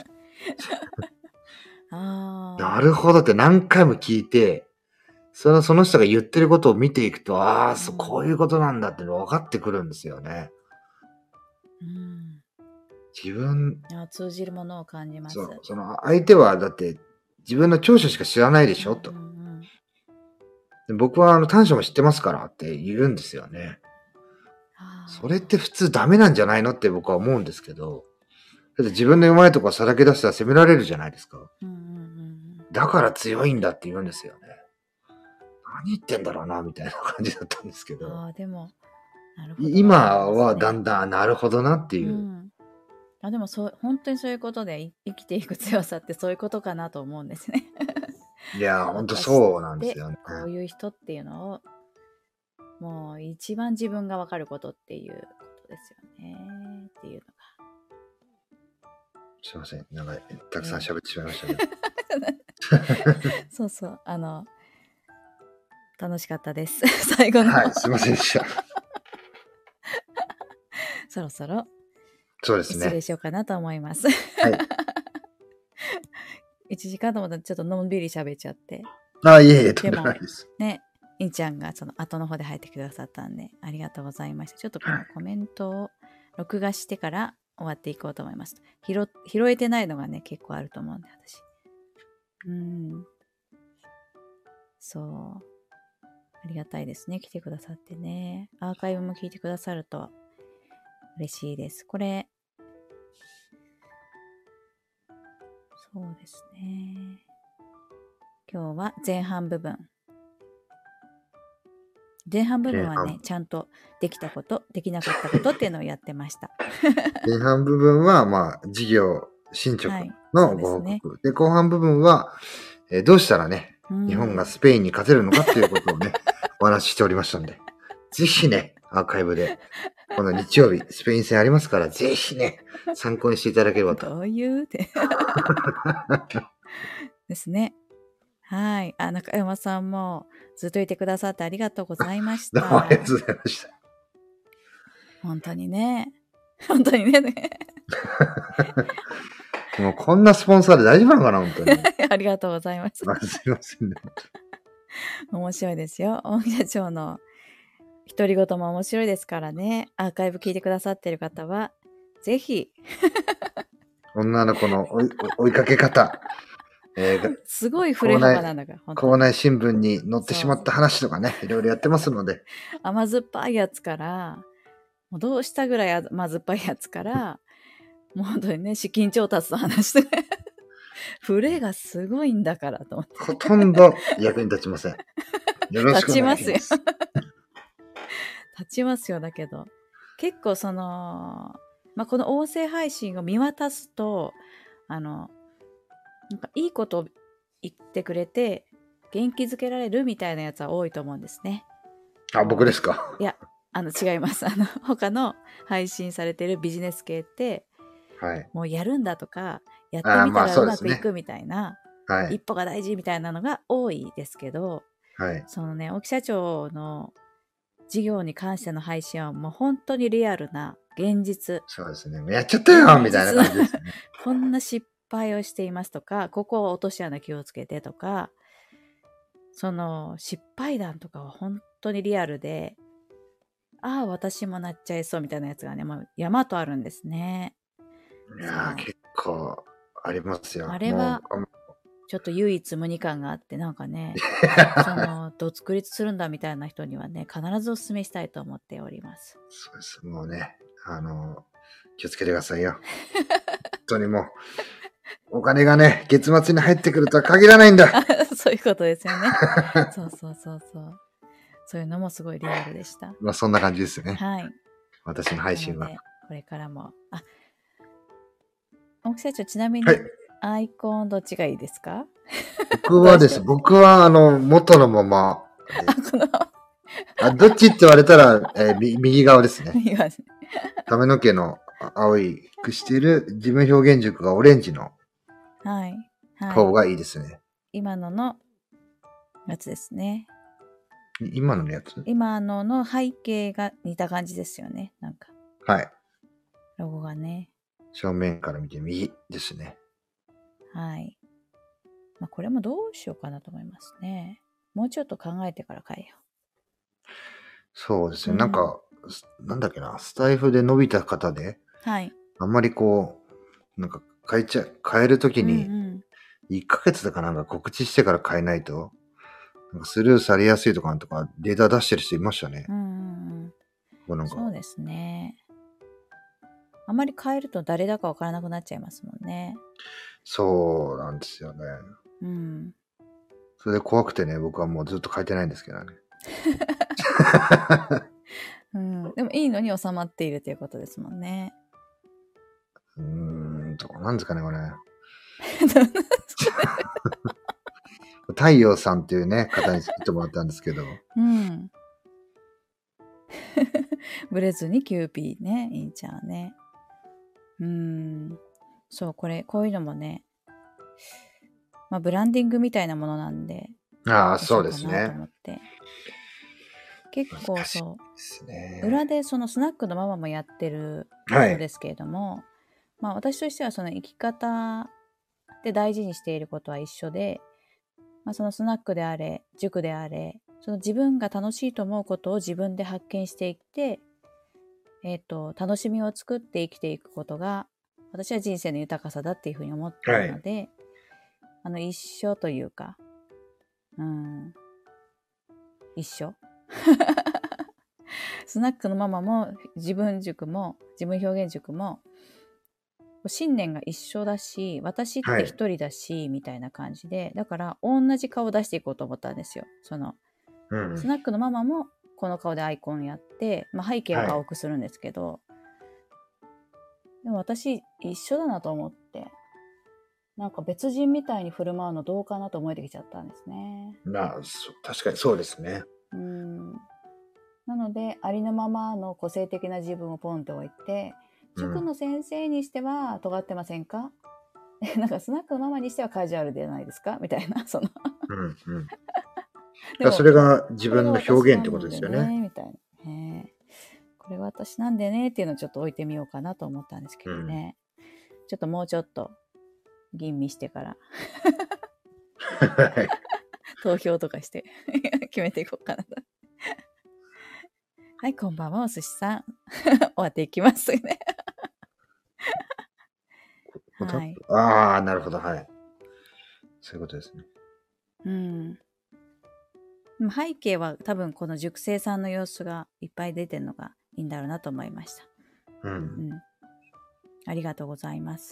ああ。 なるほどって何回も聞いて、その、その人が言ってることを見ていくと、ああ、そう、こういうことなんだっていうのが分かってくるんですよね。 うん。 自分、 いや、通じるものを感じます。 そう、その相手はだって自分の長所しか知らないでしょ、と。 うんうんで僕はあの短所も知ってますからって言うんですよね。 あそれって普通ダメなんじゃないのって僕は思うんですけど、だって自分の弱いところさらけ出したら責められるじゃないですか。 ーうんうんうんだから強いんだって言うんですよね。 何言ってんだろうなみたいな感じだったんですけど、 ああ、でも、なるほど、 今はだんんだんなるほどなっていう、 うん、あでもそう本当にそういうことでい生きていく強さってそういうことかなと思うんですね。 いやほんと私そうなんですでよね。 こういう人っていうのをもう一番自分が分かることっていうことですよねっていうのすいません、なんかたくさん喋ってしまいましたけど、 がそうそうあの楽しかったです最後のはい、すいませんでした。 そろそろそうですね。 失礼しようかなと思いますはい。 いちじかんと思ったらちょっとのんびり喋っちゃってあ、いえいえ、とんでもでもないです。 ねいんちゃんがその後の方で入ってくださったんでありがとうございました。ちょっとこのコメントを録画してから終わっていこうと思います。拾拾えてないのがね結構あると思うんで私うんそうありがたいですね来てくださってね。アーカイブも聞いてくださると嬉しいです。これそうですね今日は前半部分前半部分は前半ねちゃんとできたことできなかったことっていうのをやってました前半部分は、まあ、事業進捗はいのそうですねご報告。で、後半部分は、えーどうしたらね、 うん日本がスペインに勝てるのかっていうことをね、お話ししておりましたんで、ぜひね、アーカイブで、この日曜日、スペイン戦ありますから、ぜひね、参考にしていただければと。 どういうってですね。はい。あ、中山さんもずっといてくださってありがとうございましどうもありがた。 とうございました。 本当にね。本当にね。 もうこんなスポンサーで大丈夫なのかな、本当に。 ありがとうございます。 まあ、すいませんね。 面白いですよ。大木社長の独り言も面白いですからね。アーカイブ聞いてくださってる方は、ぜひ、 女の子の追い追いかけ方、えーすごい振れ幅なんだから、本当に。 校内新聞に載ってしまった話とかね、いろいろやってますので、 甘酸っぱいやつから、もうどうしたぐらい甘酸っぱいやつから、もう本当にね、資金調達の話とか、触れがすごいんだからと思って。 ほとんど役に立ちません。よろしくお願いします。 立ち立ちますよ、だけど。結構その、まあ、この音声配信を見渡すと、あの、なんかいいことを言ってくれて、元気づけられるみたいなやつは多いと思うんですね。 あ、僕ですか。 いや、あの、違います。あの、他の配信されてるビジネス系って、 はい。 もうやるんだとか、やってあーまあみたらうそうでねますくいくみたいな、 はい。 一歩が大事みたいなのが多いですけど、 はい。 そのね、沖社長の事業に関しての配信はもう本当にリアルな現実。 そうですね。やっちゃったよみたいな感じですね。 こんな失敗をしていますとか、ここを落とし穴気をつけてとか、その失敗談とかは本当にリアルで、ああ、私もなっちゃいそうみたいなやつがね、もう山とあるんですね。 いやー結構ありますよ。 あれはもうちょっと唯一無二感があって、なんかね、その、どつく立するんだみたいな人にはね、必ずお勧めしたいと思っております。 そうです。もうね、あの、気をつけてくださいよ。本当にもう、お金がね、月末に入ってくるとは限らないんだ。 そういうことですよね。そうそうそうそう。そういうのもすごいリアルでした。 まあそんな感じですよね。 はい。 私の配信はなので。これからも。あ、奥社長、ちなみに、 はい。 アイコンどっちがいいですか？ 僕はです、僕はあの、元のままであ、この、 あ、どっちって言われたら、えーみ右側ですね。 いいわね髪の毛の青いくしている自分表現軸がオレンジのはい。はい。 方がいいですね。 今ののやつですね。 今のやつ今のの背景が似た感じですよね。なんか、 はい。 ロゴがね。 正面から見て右ですね。 はい。まあ、これもどうしようかなと思いますね。もうちょっと考えてから変えよそうですね。 うんなんか、すなんだっけな、スタイフで伸びた方で、 う。はい。 あんまりこう、なんか変えちゃ、変えるときうんに、 うん。 いっかげつだかなんか告知してから変えないと、なんかスルーされやすいとかなんとかデータ出してる人いましたねう。んうんうん。 もうなんかそうですね。あまり変えると誰だかわからなくなっちゃいますもんね。 そうなんですよね。 うん。 それで怖くてね、僕はもうずっと書いてないんですけどね。 うん、でもいいのに収まっているということですもんね。 うーん、どうなんですかね、これ。太陽さんっていうね、方に作ってもらったんですけど。 うん。ブレずにキューピーね、いいちゃんね。うーん。そう、これ、こういうのもね、まあ、ブランディングみたいなものなんで、 ああ、 どうしそうようかなとですね。 思って。結構難しいそですう、 ね。 裏でそのスナックのママもやってるはい。 のですけれども、まあ私としてはその生き方で大事にしていることは一緒で、まあ、そのスナックであれ、塾であれ、その自分が楽しいと思うことを自分で発見していって、えっと、楽しみを作って生きていくことが、私は人生の豊かさだっていうふうに思っているので、あの、一緒というか、うん、一緒スナックのママも、自分塾も、自分表現塾も、信念が一緒だし、私って一人だし、みたいな感じで、だから同じ顔を出していこうと思ったんですよ。その、 うん。 スナックのママもこの顔でアイコンやって、まあ、背景は青くするんですけど、でも私一緒だなと思って、なんか別人みたいに振る舞うのどうかなと思えてきちゃったんですね。 まあ、そ確かにそうですね。 うん。なので、ありのままの個性的な自分をポンと置いて、塾の先生にしては尖ってませんか、うん、なんかスナックのママにしてはカジュアルではないですかみたいな、そのうんうん。 でもそれが自これ分のが私な表現ってことんでね、 ですよね。 みたいな。ね、これが私なんでねっていうのをちょっと置いてみようかなと思ったんですけどね。うん、ちょっともうちょっと吟味してから投票とかして決めていこうかなと。はい、こんばんは、お寿司さん。終わっていきますね。はい。 ああ、なるほど、はい。そういうことですね。 うん。背景は多分この塾生さんの様子がいっぱい出てるのがいいんだろうなと思いました。 うん。うん、 ありがとうございます。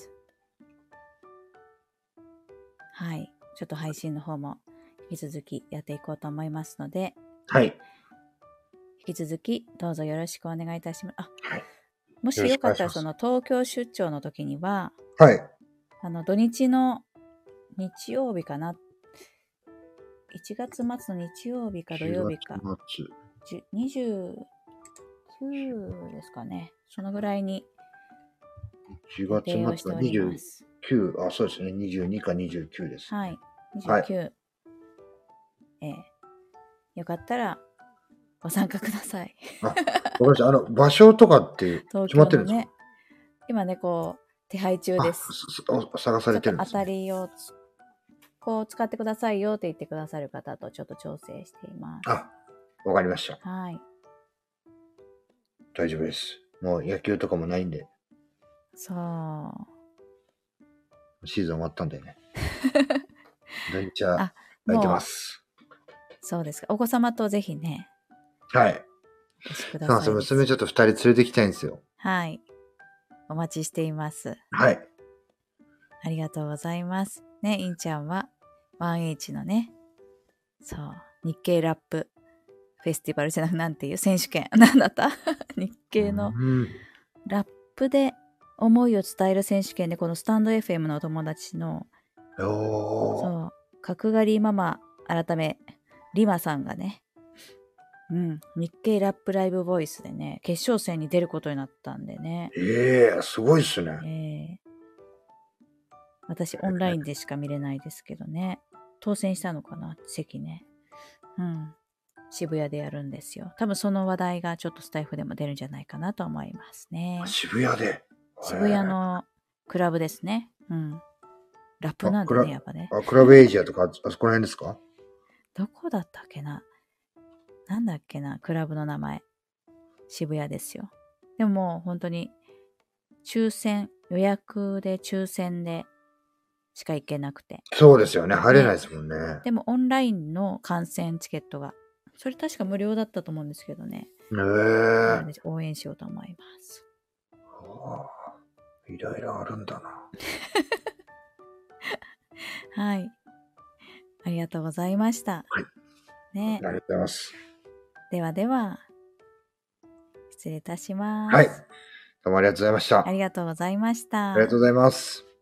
はい。ちょっと配信の方も引き続きやっていこうと思いますので、 はい。 引き続きどうぞよろしくお願いいたします。あ、 はい、 もしよかったらその東京出張の時には、 はい。あの土日の日曜日かな。いちがつ末の日曜日か土曜日か。にじゅうくですかね。そのぐらいに予定をしております。 いちがつ末のにじゅうく、あ、そうですね。にじゅうにかにじゅうきゅうです。 はい。にじゅうきゅう。はい、ええ。よかったらご参加ください。 あ、わかりました。あの、場所とかって決まってるんですか？ね、 今ね、こう、手配中です。 探されてるんですね。 ちょっと当たりをこう使ってくださいよって言ってくださる方とちょっと調整しています。 あ、わかりました。 はい。 大丈夫です。もう野球とかもないんで。 そう。 シーズン終わったんでね。土日は空いてます。 そうですか。お子様とぜひね。 はい。お越しください。そう、娘ちょっと二人連れてきたいんですよ。 はい。お待ちしています。 はい。 ありがとうございます。ね、インちゃんは ワンエイチ のね、そう、日経ラップフェスティバルじゃなくなんていう選手権。なんだった日経のラップで思いを伝える選手権で、このスタンド エフエム のお友達の、そう、角刈りママ改め、リマさんがね、うん、日経ラップライブボイスでね、決勝戦に出ることになったんでね。 ええー、すごいっすね。 えー、私、オンラインでしか見れないですけどね。当選したのかな、席ね。うん。渋谷でやるんですよ。多分その話題がちょっとスタイフでも出るんじゃないかなと思いますね。 渋谷で渋谷のクラブですね。うん。ラップなんでね、やっぱね。 あ、クラブエイジアとか、あそこら辺ですか？ どこだったっけな。なんだっけな、クラブの名前。渋谷ですよ。でももう本当に、抽選、予約で抽選でしか行けなくて。 そうですよね。入れないですもんね。ね、 でもオンラインの観戦チケットが、それ確か無料だったと思うんですけどね。 へえ。 応援しようと思います。 はあ、いろいろあるんだな。 はい。 ありがとうございました。 はい。 ね。 ありがとうございます。 ではでは、失礼いたします。 はい。どうもありがとうございました。 ありがとうございました。 ありがとうございます。